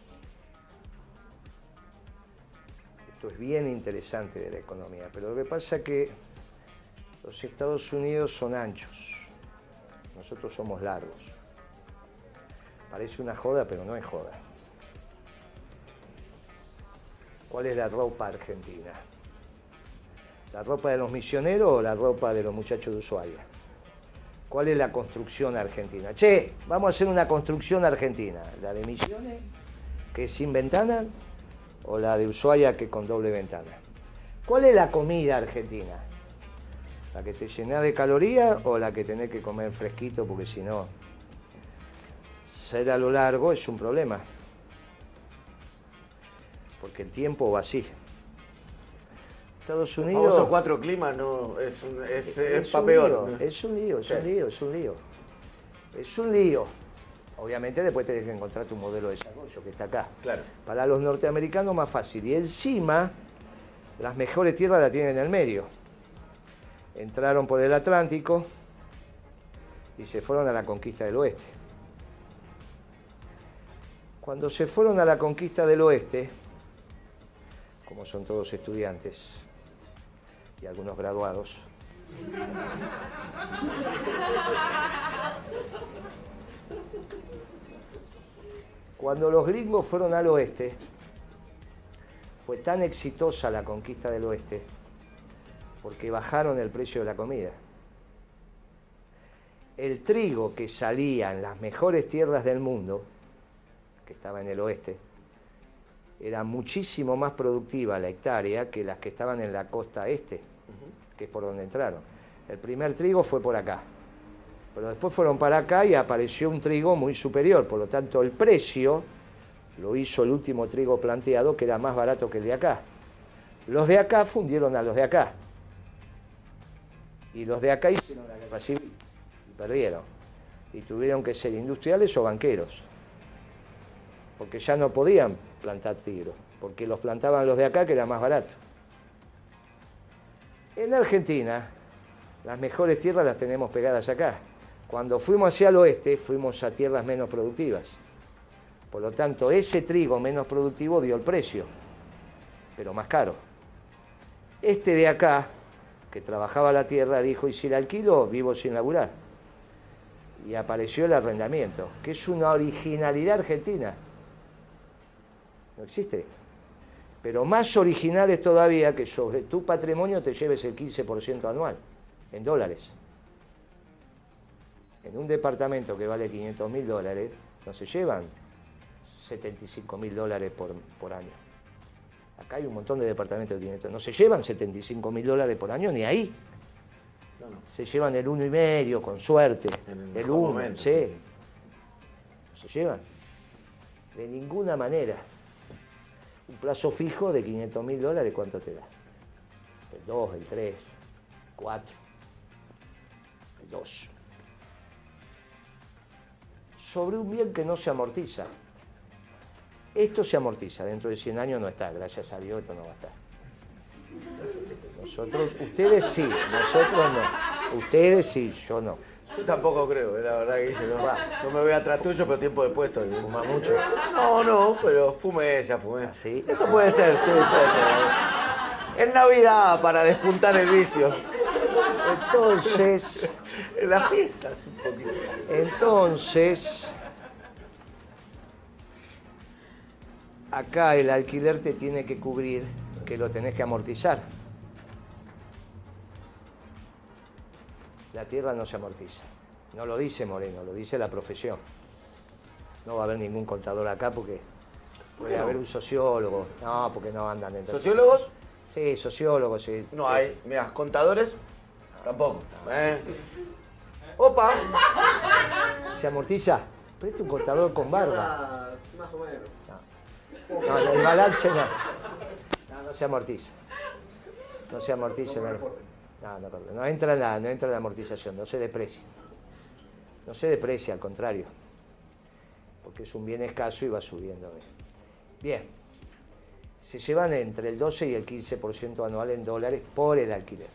Esto es bien interesante de la economía, pero lo que pasa es que los Estados Unidos son anchos, nosotros somos largos. Parece una joda, pero no es joda. ¿Cuál es la ropa argentina? ¿La ropa de los misioneros o la ropa de los muchachos de Ushuaia? ¿Cuál es la construcción argentina? Che, vamos a hacer una construcción argentina. ¿La de Misiones, que es sin ventana, o la de Ushuaia, que con doble ventana? ¿Cuál es la comida argentina? ¿La que te llenás de calorías o la que tenés que comer fresquito porque si no... ser a lo largo es un problema, porque el tiempo va así. Estados Unidos... Famosos cuatro climas, no, es, un, es, es, es pa' un peor. Lío, es un lío, es un lío, es un lío. Es un lío. Obviamente después tenés que encontrar tu modelo de desarrollo, que está acá. Claro. Para los norteamericanos más fácil. Y encima, las mejores tierras las tienen en el medio. Entraron por el Atlántico y se fueron a la conquista del oeste. Cuando se fueron a la conquista del oeste, como son todos estudiantes y algunos graduados, cuando los gringos fueron al oeste, fue tan exitosa la conquista del oeste porque bajaron el precio de la comida. El trigo que salía en las mejores tierras del mundo, que estaba en el oeste, era muchísimo más productiva la hectárea que las que estaban en la costa este, uh-huh. que es por donde entraron. El primer trigo fue por acá, pero después fueron para acá y apareció un trigo muy superior, por lo tanto el precio lo hizo el último trigo planteado, que era más barato que el de acá. Los de acá fundieron a los de acá, y los de acá hicieron la guerra civil, y perdieron, y tuvieron que ser industriales o banqueros, porque ya no podían plantar trigo, porque los plantaban los de acá, que era más barato. En Argentina, las mejores tierras las tenemos pegadas acá. Cuando fuimos hacia el oeste, fuimos a tierras menos productivas. Por lo tanto, ese trigo menos productivo dio el precio, pero más caro. Este de acá, que trabajaba la tierra, dijo, y si la alquilo, vivo sin laburar. y apareció el arrendamiento, que es una originalidad argentina. No existe esto. Pero más original es todavía que sobre tu patrimonio te lleves el quince por ciento anual, en dólares. En un departamento que vale quinientos mil dólares, no se llevan setenta y cinco mil dólares por, por año. Acá hay un montón de departamentos de quinientos. No se llevan setenta y cinco mil dólares por año, ni ahí. No, no. Se llevan el uno y medio, con suerte. El, el uno, momento, sí. sí. No se llevan. De ninguna manera. Un plazo fijo de quinientos mil dólares, ¿cuánto te da? El dos, el tres, el cuatro, el dos. Sobre un bien que no se amortiza. Esto se amortiza, dentro de cien años no está, gracias a Dios esto no va a estar. Nosotros, ustedes sí, nosotros no. Ustedes sí, yo no. Yo tampoco creo, la verdad que no, no me voy atrás tuyo, pero tiempo de puesto. ¿Fuma mucho? No, no, pero fume ella, fumé. ¿Sí? Eso puede ser, sí, puede ser. Es Navidad para despuntar el vicio. Entonces... En las fiestas, un poquito. Entonces... Acá el alquiler te tiene que cubrir, que lo tenés que amortizar. La tierra no se amortiza. No lo dice Moreno, lo dice la profesión. No va a haber ningún contador acá porque puede haber un sociólogo. No, porque no andan dentro. ¿Sociólogos? Sí, sociólogos, sí. No hay. Mira, ¿contadores? Tampoco. ¿Eh? Opa. ¿Se amortiza? Pero este es un contador con barba. Más o menos. No, no, el balance no. No, no se amortiza. No se amortiza. No, no, no, no, entra en la, no entra en la amortización, no se deprecia. No se deprecia, al contrario. Porque es un bien escaso y va subiendo. Bien. Se llevan entre el doce y el quince por ciento anual en dólares por el alquiler.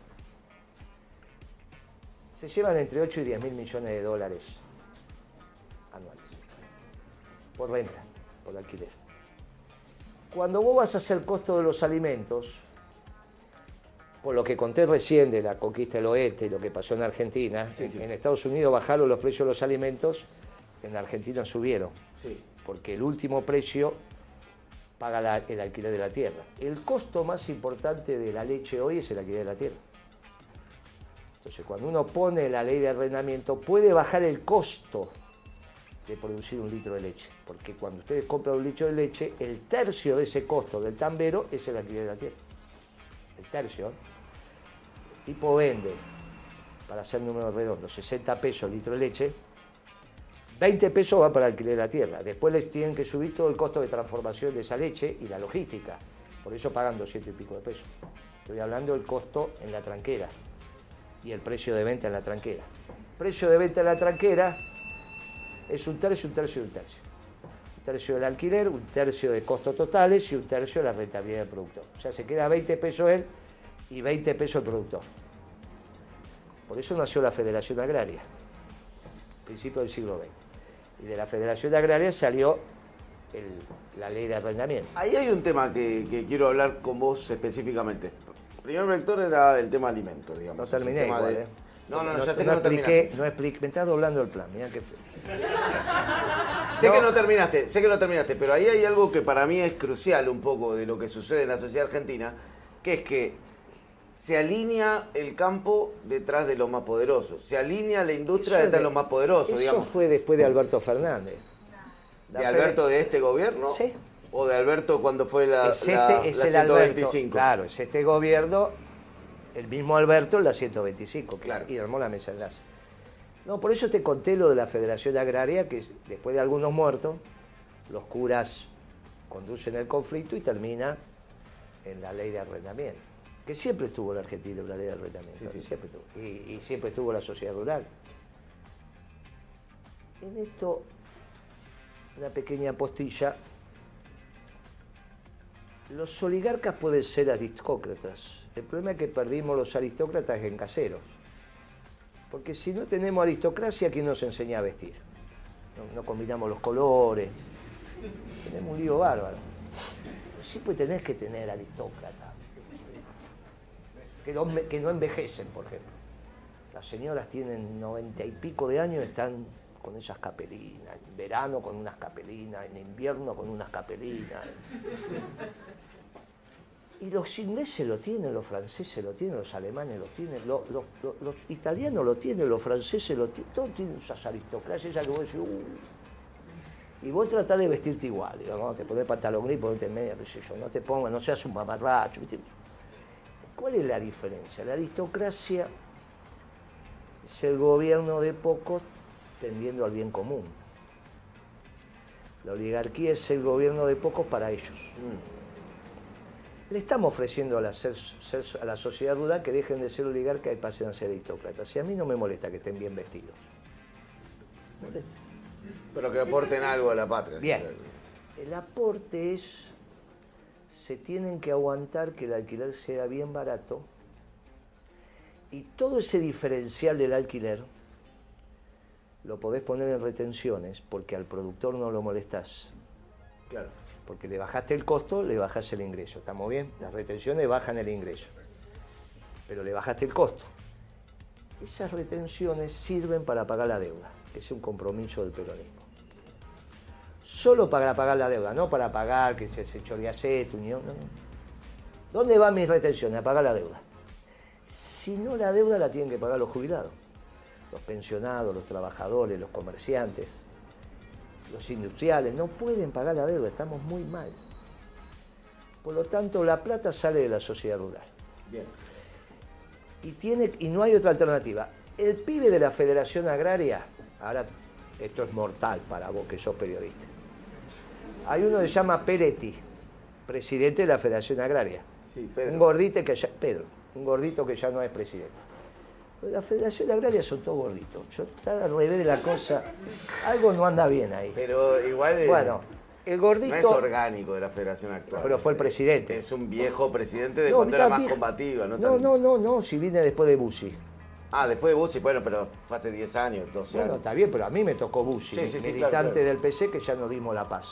Se llevan entre ocho y diez mil millones de dólares anuales. Por renta, por alquiler. Cuando vos vas a hacer costo de los alimentos, por lo que conté recién de la conquista del oeste y lo que pasó en Argentina, sí, en, sí. en Estados Unidos bajaron los precios de los alimentos, en Argentina subieron, sí. porque el último precio paga la, el alquiler de la tierra. El costo más importante de la leche hoy es el alquiler de la tierra. Entonces, cuando uno pone la ley de arrendamiento, puede bajar el costo de producir un litro de leche, porque cuando ustedes compran un litro de leche, el tercio de ese costo del tambero es el alquiler de la tierra. El tercio. El tipo vende, para hacer números redondos, sesenta pesos el litro de leche, veinte pesos va para el alquiler de la tierra. Después les tienen que subir todo el costo de transformación de esa leche y la logística. Por eso pagan doscientos y pico de pesos. Estoy hablando del costo en la tranquera y el precio de venta en la tranquera. Precio de venta en la tranquera es un tercio, un tercio y un tercio. Un tercio del alquiler, un tercio de costos totales y un tercio de la rentabilidad del productor. O sea, se queda veinte pesos él y veinte pesos el productor. Por eso nació la Federación Agraria, principio del siglo veinte. Y de la Federación Agraria salió el, la ley de arrendamiento. Ahí hay un tema que, que quiero hablar con vos específicamente. El primer vector era el tema alimentos, digamos. No terminé igual, de... ¿eh? No, no, no, no, ya sé no que no expliqué, terminaste. no expliqué, me está doblando el plan, mirá que... Sé no. que no terminaste, sé que no terminaste, pero ahí hay algo que para mí es crucial un poco de lo que sucede en la sociedad argentina, que es que se alinea el campo detrás de los más poderosos, se alinea la industria Eso detrás de, de los más poderosos, eso digamos. Eso fue después de Alberto Fernández. ¿De Alberto de este gobierno? Sí. ¿O de Alberto cuando fue la, es este, la, es la el ciento veinticinco? Alberto, claro, es este gobierno, el mismo Alberto en la ciento veinticinco, claro. Y armó la mesa enlace. No, por eso te conté lo de la Federación Agraria, que después de algunos muertos, los curas conducen el conflicto y termina en la ley de arrendamiento. Que siempre estuvo en Argentina una ley de arrendamiento, sí, sí. siempre estuvo. Y, y siempre estuvo la sociedad rural. En esto, una pequeña postilla. Los oligarcas pueden ser aristócratas. El problema es que perdimos los aristócratas en caseros. Porque si no tenemos aristocracia, ¿quién nos enseña a vestir? No, no combinamos los colores. Tenemos un lío bárbaro. Pero siempre tenés que tener aristócratas. Que no, que no envejecen, por ejemplo. Las señoras tienen noventa y pico de años y están con esas capelinas, en verano con unas capelinas, en invierno con unas capelinas. Y los ingleses lo tienen, los franceses lo tienen, los alemanes lo tienen, los, los, los, los italianos lo tienen, los franceses lo tienen, todos tienen esas aristocracias, esas que vos decís, uh. Y vos tratás de vestirte igual, digamos, ¿no? Te ponés pantalón gris, ponete en media, qué sé yo, no te pongas, no seas un mamarracho, ¿viste? ¿Cuál es la diferencia? La aristocracia es el gobierno de pocos tendiendo al bien común. La oligarquía es el gobierno de pocos para ellos. Mm. Le estamos ofreciendo a la, ser, ser, a la sociedad rural que dejen de ser oligarcas y pasen a ser aristócratas. Y a mí no me molesta que estén bien vestidos. Molesta. Pero que aporten algo a la patria. Bien. El aporte es, se tienen que aguantar que el alquiler sea bien barato y todo ese diferencial del alquiler lo podés poner en retenciones porque al productor no lo molestás. Claro. Porque le bajaste el costo, le bajás el ingreso. ¿Estamos bien? Las retenciones bajan el ingreso. Pero le bajaste el costo. Esas retenciones sirven para pagar la deuda, que es un compromiso del peronismo. Solo para pagar la deuda, no para pagar que se, se chorease tu unión. No, no. ¿Dónde van mis retenciones? A pagar la deuda. Si no, la deuda la tienen que pagar los jubilados, los pensionados, los trabajadores, los comerciantes. Los industriales no pueden pagar la deuda, estamos muy mal. Por lo tanto, la plata sale de la sociedad rural. Bien. Y, tiene, y no hay otra alternativa. El pibe de la Federación Agraria, ahora esto es mortal para vos que sos periodista. Hay uno que se llama Peretti, presidente de la Federación Agraria. Sí, Pedro. Un gordito que ya, Pedro, un gordito que ya no es presidente. La Federación Agraria son todos gorditos. Yo está al revés de la cosa. Algo no anda bien ahí. Pero igual. Bueno, el gordito. No es orgánico de la Federación actual. Pero fue el presidente. Es un viejo presidente de no, cuando era más vieja. combativa. No, no, tan... no, no, no, si vine después de Bussi. Ah, después de Bussi, bueno, pero fue hace diez años, doce bueno, años. Bueno, está bien, pero a mí me tocó Bussi, sí, sí, sí, militante claro, claro. del P C, que ya nos dimos la paz.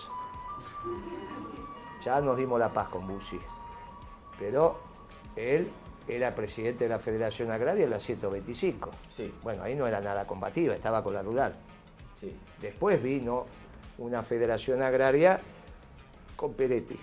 Ya nos dimos la paz con Bussi. Pero él era presidente de la Federación Agraria en la ciento veinticinco. Sí. Bueno, ahí no era nada combativa, estaba con la rural. Sí. Después vino una Federación Agraria con Peretti.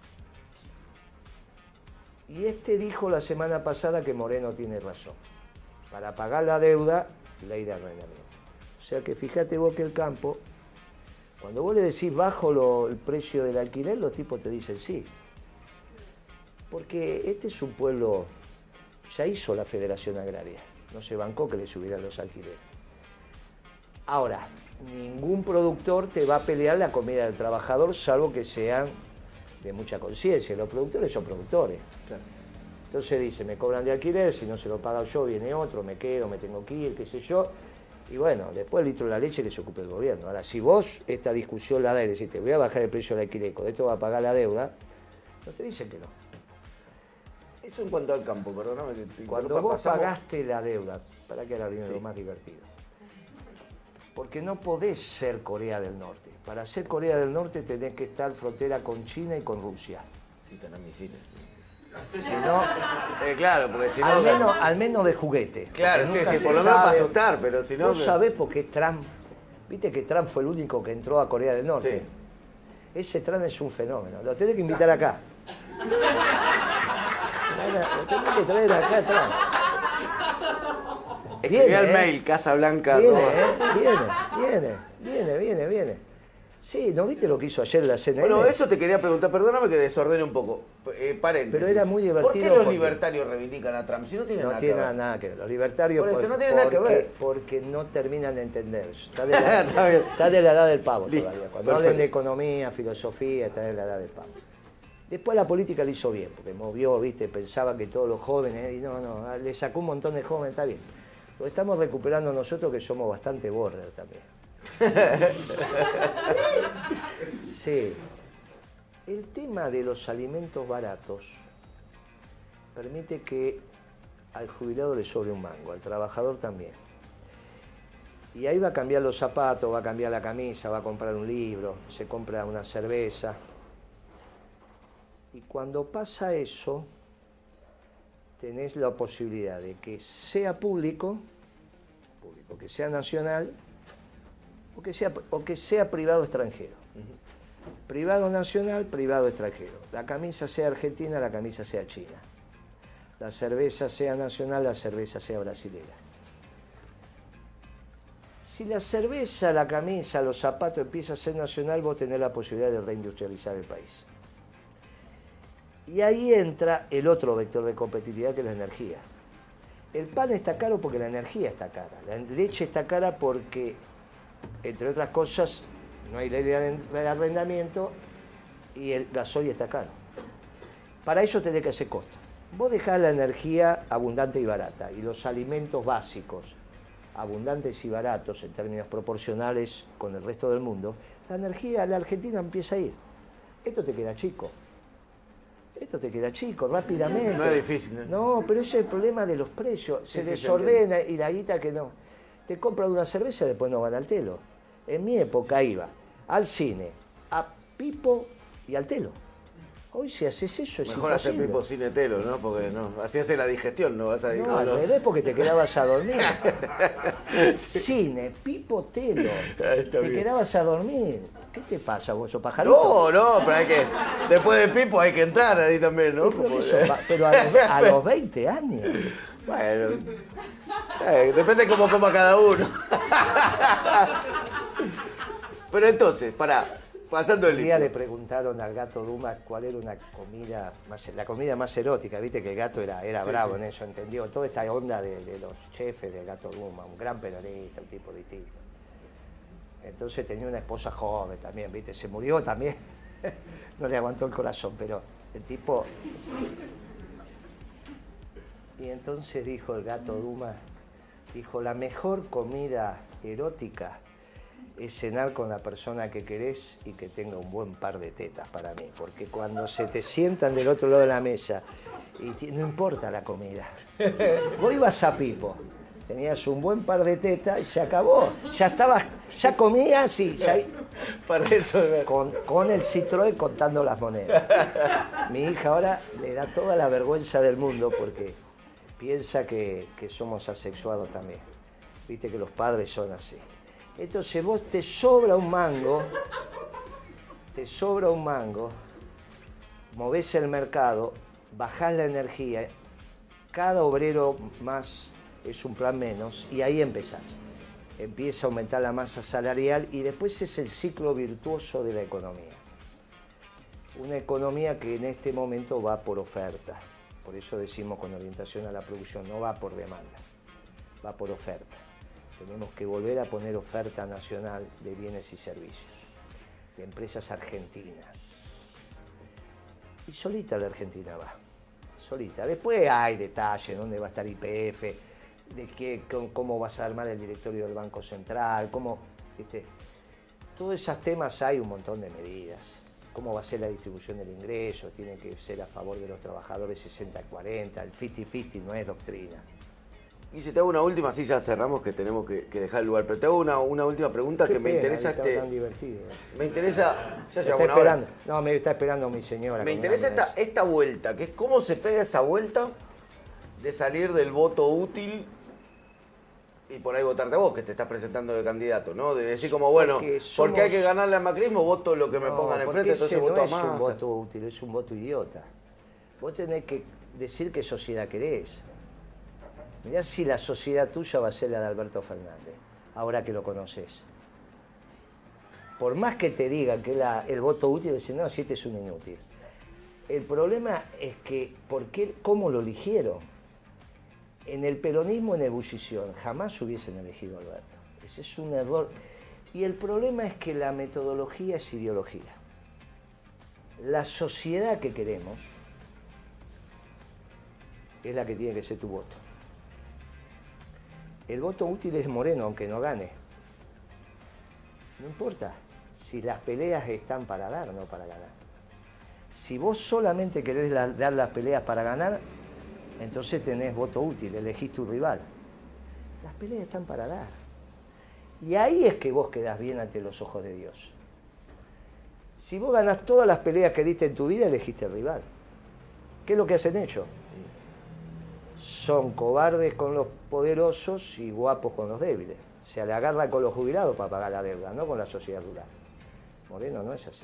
Y este dijo la semana pasada que Moreno tiene razón. Para pagar la deuda, ley de arrendamiento. O sea que fíjate vos que el campo, cuando vos le decís bajo lo, el precio del alquiler, los tipos te dicen sí. Porque este es un pueblo, ya hizo la Federación Agraria, no se bancó que le subieran los alquileres. Ahora, ningún productor te va a pelear la comida del trabajador, salvo que sean de mucha conciencia. Los productores son productores. Claro. Entonces dice, me cobran de alquiler, si no se lo pago yo, viene otro, me quedo, me tengo que ir, qué sé yo. Y bueno, después el litro de la leche que se ocupe el gobierno. Ahora, si vos esta discusión la das y decís, te voy a bajar el precio del alquiler, con esto va a pagar la deuda, no te dicen que no. Eso en cuanto al campo, perdóname. Cuando vos pasamos... pagaste la deuda, para que ahora viene sí. lo más divertido. Porque no podés ser Corea del Norte. Para ser Corea del Norte tenés que estar frontera con China y con Rusia. Sí, tenés misiles. Si no, eh, claro, porque si no... Al menos, al menos de juguete. Claro, sí, sí, por lo menos para asustar, pero si no... Vos sabés por qué Trump... Viste que Trump fue el único que entró a Corea del Norte. Sí. Ese Trump es un fenómeno. Lo tenés que invitar acá. Lo tenés que traer acá, Trump. Escribí al mail, Casa Blanca. Viene, eh, viene, viene, viene, viene, viene. Sí, ¿no viste lo que hizo ayer la C N N? Bueno, eso te quería preguntar, perdóname que desordene un poco. Eh, paréntesis. Pero era muy divertido. ¿Por qué los porque... libertarios reivindican a Trump? Si no tiene no nada tiene que ver. nada que ver. Los libertarios por eso por, no tiene porque, nada que ver. Porque no terminan de entender. Está de la, está de la edad del pavo Listo, todavía. Cuando perfecto. hablen de economía, filosofía, está de la edad del pavo. Después la política le hizo bien, porque movió, viste, pensaba que todos los jóvenes, y no, no, le sacó un montón de jóvenes, está bien. Lo estamos recuperando nosotros que somos bastante border también. Sí. El tema de los alimentos baratos permite que al jubilado le sobre un mango, al trabajador también. Y ahí va a cambiar los zapatos, va a cambiar la camisa, va a comprar un libro, se compra una cerveza. Y cuando pasa eso, tenés la posibilidad de que sea público público, que sea nacional o que sea, o que sea privado extranjero. Uh-huh. Privado nacional, privado extranjero. La camisa sea argentina, la camisa sea china. La cerveza sea nacional, la cerveza sea brasilera. Si la cerveza, la camisa, los zapatos empieza a ser nacional, vos tenés la posibilidad de reindustrializar el país. Y ahí entra el otro vector de competitividad, que es la energía. El pan está caro porque la energía está cara. La leche está cara porque, entre otras cosas, no hay ley de arrendamiento y el gasoil está caro. Para eso tenés que hacer costo. Vos dejás la energía abundante y barata y los alimentos básicos abundantes y baratos en términos proporcionales con el resto del mundo, la energía a la Argentina empieza a ir. Esto te queda chico. Esto te queda chico, rápidamente. No es difícil, ¿no? No, pero ese es el problema de los precios. Se Sí, sí, desordena se y la guita que no. Te compras una cerveza y después no van al telo. En mi época iba al cine, a Pipo y al telo. Hoy si haces eso es Mejor hacer imposible. Pipo cine telo, ¿no? Porque no, así hace la digestión, no vas a ir. No, al revés, porque te quedabas a dormir. Sí. Cine, Pipo, telo. Está te bien. quedabas a dormir. ¿Qué te pasa, vos sos pajarito? No, no, pero hay que. Después de Pipo hay que entrar ahí también, ¿no? Pero, Como- eso, va- pero a, los, a los veinte años. Bueno, eh, depende cómo coma cada uno. Pero entonces, pará, pasando el Un día le listo. preguntaron al gato Dumas cuál era una comida, más, la comida más erótica, viste que el gato era, era Sí, bravo sí. en eso, entendió toda esta onda de, de los chefes del gato Dumas, un gran peronista, un tipo distinto. Entonces tenía una esposa joven también, viste, se murió también, no le aguantó el corazón, pero el tipo... Y entonces dijo el gato Dumas, dijo, la mejor comida erótica es cenar con la persona que querés y que tenga un buen par de tetas para mí, porque cuando se te sientan del otro lado de la mesa, y ti- no importa la comida, vos ibas a Pipo, tenías un buen par de tetas y se acabó, ya estabas, ya comías y ya... Para eso. Con, con el Citroën contando las monedas. Mi hija ahora le da toda la vergüenza del mundo porque piensa que, que somos asexuados también. Viste que los padres son así. Entonces vos te sobra un mango, te sobra un mango, movés el mercado, bajás la energía, cada obrero más es un plan menos y ahí empezás. Empieza a aumentar la masa salarial y después es el ciclo virtuoso de la economía. Una economía que en este momento va por oferta. Por eso decimos con orientación a la producción, no va por demanda, va por oferta. Tenemos que volver a poner oferta nacional de bienes y servicios, de empresas argentinas. Y solita la Argentina va, solita. Después hay detalles, dónde va a estar Y P F, de qué, con, cómo vas a armar el directorio del Banco Central, cómo, ¿viste? Todos esos temas hay un montón de medidas. Cómo va a ser la distribución del ingreso, tiene que ser a favor de los trabajadores sesenta cuarenta, el cincuenta cincuenta no es doctrina. Y si te hago una última, sí, ya cerramos que tenemos que, que dejar el lugar. Pero te hago una, una última pregunta Qué que me pena, interesa. estaba Este, tan divertido. me interesa. Ya Me está llevamos una hora. esperando. No, me está esperando mi señora. Me con interesa una esta, esta vuelta, que es cómo se pega esa vuelta de salir del voto útil y por ahí votarte a vos, que te estás presentando de candidato, ¿no? De decir como, bueno, Porque porque, somos- hay que ganarle al macrismo, voto lo que me No, pongan porque enfrente, ese entonces voto no a es un Massa. voto útil, es un voto idiota. Vos tenés que decir qué sociedad querés. Mirá si la sociedad tuya va a ser la de Alberto Fernández, ahora que lo conoces. Por más que te digan que la- el voto útil, decís, no, si este es un inútil. El problema es que, ¿por qué, ¿cómo lo eligieron? En el peronismo en ebullición jamás hubiesen elegido a Alberto. Ese es un error. Y el problema es que la metodología es ideología. La sociedad que queremos es la que tiene que ser tu voto. El voto útil es Moreno, aunque no gane. No importa si las peleas están para dar o no para ganar. Si vos solamente querés la- dar las peleas para ganar, entonces tenés voto útil, elegís tu rival. Las peleas están para dar. Y ahí es que vos quedás bien ante los ojos de Dios. Si vos ganás todas las peleas que diste en tu vida, elegiste el rival. ¿Qué es lo que hacen ellos? son cobardes con los poderosos y guapos con los débiles. Se le agarra con los jubilados para pagar la deuda, no con la sociedad rural. Moreno, no es así.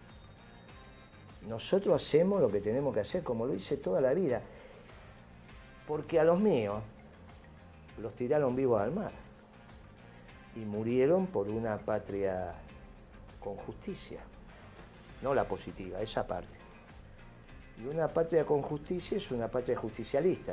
Nosotros hacemos lo que tenemos que hacer, como lo hice toda la vida. Porque a los míos los tiraron vivos al mar. Y murieron por una patria con justicia. No la positiva, esa parte. Y una patria con justicia es una patria justicialista.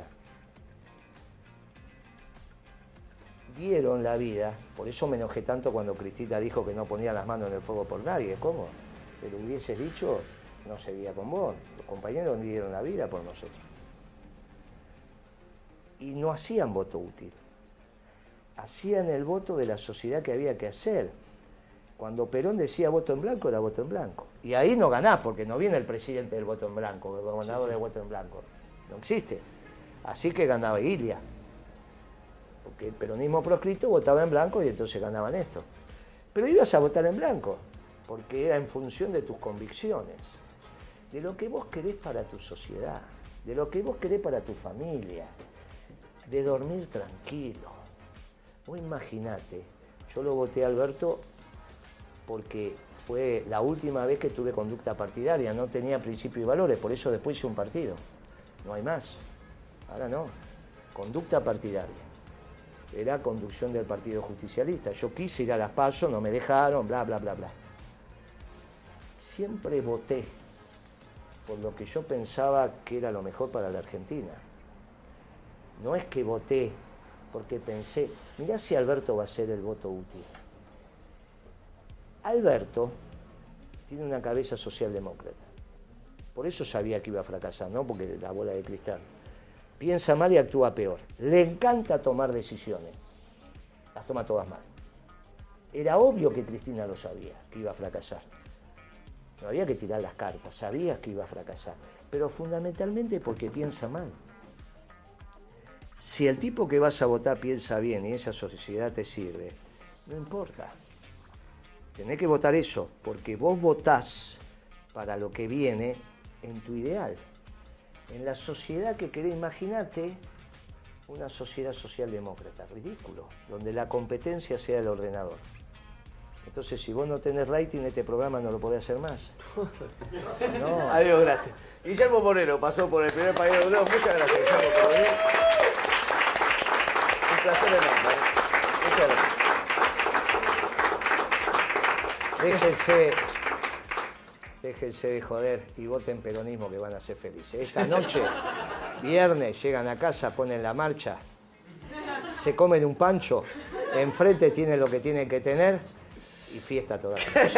Dieron la vida, por eso me enojé tanto cuando Cristina dijo que no ponía las manos en el fuego por nadie. ¿Cómo? Que lo hubieses dicho, no seguía con vos. Los compañeros dieron la vida por nosotros. Y no hacían voto útil. Hacían el voto de la sociedad que había que hacer. Cuando Perón decía voto en blanco, era voto en blanco. Y ahí no ganás, porque no viene el presidente del voto en blanco, el gobernador sí, sí. del voto en blanco. No existe. Así que ganaba Ilia. Porque el peronismo proscrito votaba en blanco y entonces ganaban esto. Pero ibas a votar en blanco, porque era en función de tus convicciones, de lo que vos querés para tu sociedad, de lo que vos querés para tu familia, de dormir tranquilo. Vos imaginate, yo lo voté a Alberto porque fue la última vez que tuve conducta partidaria, no tenía principios y valores, por eso después hice un partido. No hay más. Ahora no. Conducta partidaria. Era conducción del Partido Justicialista. Yo quise ir a las PASO, no me dejaron, bla, bla, bla, bla. Siempre voté por lo que yo pensaba que era lo mejor para la Argentina. No es que voté porque pensé, mirá si Alberto va a ser el voto útil. Alberto tiene una cabeza socialdemócrata. Por eso sabía que iba a fracasar, no porque la bola de cristal. Piensa mal y actúa peor. Le encanta tomar decisiones. Las toma todas mal. Era obvio que Cristina lo sabía, que iba a fracasar. No había que tirar las cartas, sabías que iba a fracasar. Pero fundamentalmente porque piensa mal. Si el tipo que vas a votar piensa bien y esa sociedad te sirve, no importa. Tenés que votar eso, porque vos votás para lo que viene en tu ideal. En la sociedad que querés, imaginate una sociedad socialdemócrata, ridículo, donde la competencia sea el ordenador. Entonces, si vos no tenés rating, este programa no lo podés hacer más. No. Adiós, gracias. Guillermo Moreno pasó por el primer país de Blog. Muchas gracias, Guillermo, por venir. Un placer enorme. ¿eh? Muchas gracias. Déjense, déjense de joder y voten peronismo, que van a ser felices. Esta noche, viernes, llegan a casa, ponen la marcha, se comen un pancho, enfrente tienen lo que tienen que tener y fiesta toda la noche.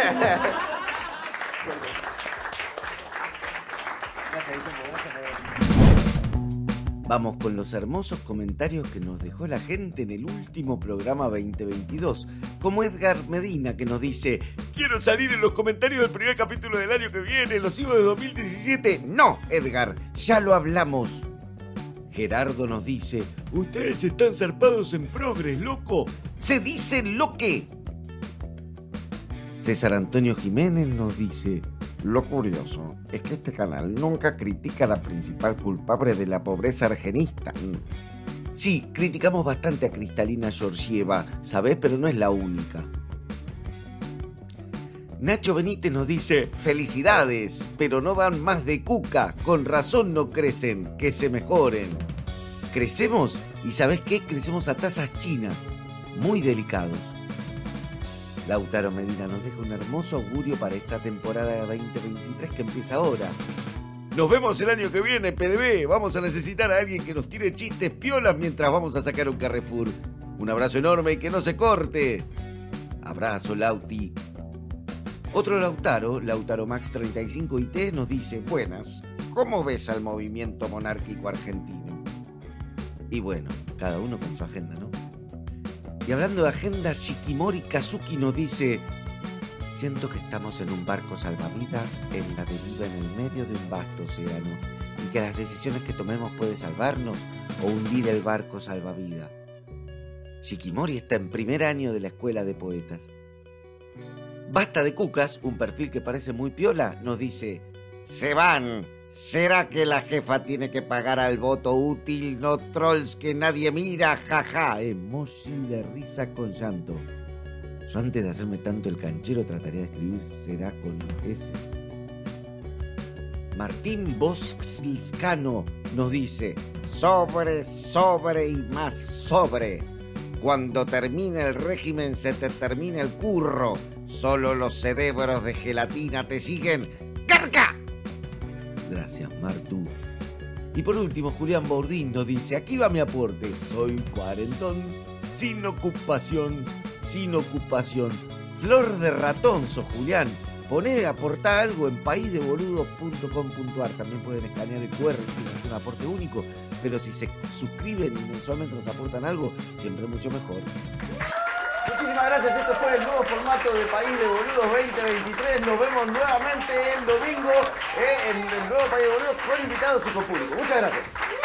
Vamos con los hermosos comentarios que nos dejó la gente en el último programa veinte veintidós, como Edgar Medina, que nos dice: quiero salir en los comentarios del primer capítulo del año que viene, lo sigo de dos mil diecisiete. No, Edgar, ya lo hablamos. Gerardo nos dice: ustedes están zarpados en progres, loco. Se dice lo que. César Antonio Jiménez nos dice: lo curioso es que este canal nunca critica a la principal culpable de la pobreza argenista. Sí, criticamos bastante a Cristalina Georgieva, ¿sabés? Pero no es la única. Nacho Benítez nos dice: felicidades, pero no dan más de cuca, con razón no crecen, que se mejoren. Crecemos, y ¿sabés qué? Crecemos a tasas chinas, muy delicados. Lautaro Medina nos deja un hermoso augurio para esta temporada veinte veintitrés que empieza ahora. Nos vemos el año que viene, P D B. Vamos a necesitar a alguien que nos tire chistes piolas mientras vamos a sacar un Carrefour. Un abrazo enorme y que no se corte. Abrazo, Lauti. Otro Lautaro, Lautaro Max treinta y cinco I T, nos dice: buenas, ¿cómo ves al movimiento monárquico argentino? Y bueno, cada uno con su agenda, ¿no? Y hablando de agenda, Shikimori Kazuki nos dice: siento que estamos en un barco salvavidas en la deriva en el medio de un vasto océano y que las decisiones que tomemos pueden salvarnos o hundir el barco salvavidas. Shikimori está en primer año de la escuela de poetas. Basta de cucas, un perfil que parece muy piola, nos dice: se van, ¿Será que la jefa tiene que pagar al voto útil? No trolls que nadie mira, jaja. Emoji de risa con llanto. Yo antes de hacerme tanto el canchero trataría de escribir será con S. Martín Boxlscano nos dice: sobre, sobre y más sobre. Cuando termine el régimen se te termina el curro. Solo los cerebros de gelatina te siguen. ¡Carca! Gracias, Martu. Y por último, Julián Bourdín nos dice: aquí va mi aporte. Soy cuarentón, sin ocupación, sin ocupación. Flor de ratón, sos Julián. Poné, aportá algo en país de boludos punto com punto a r. También pueden escanear el cu erre si es un aporte único. Pero si se suscriben y mensualmente nos aportan algo, siempre mucho mejor. Muchísimas gracias, esto fue el nuevo formato de País de Boludos veinte veintitrés. Nos vemos nuevamente el domingo eh, en el nuevo País de Boludos con invitados y con público. Muchas gracias.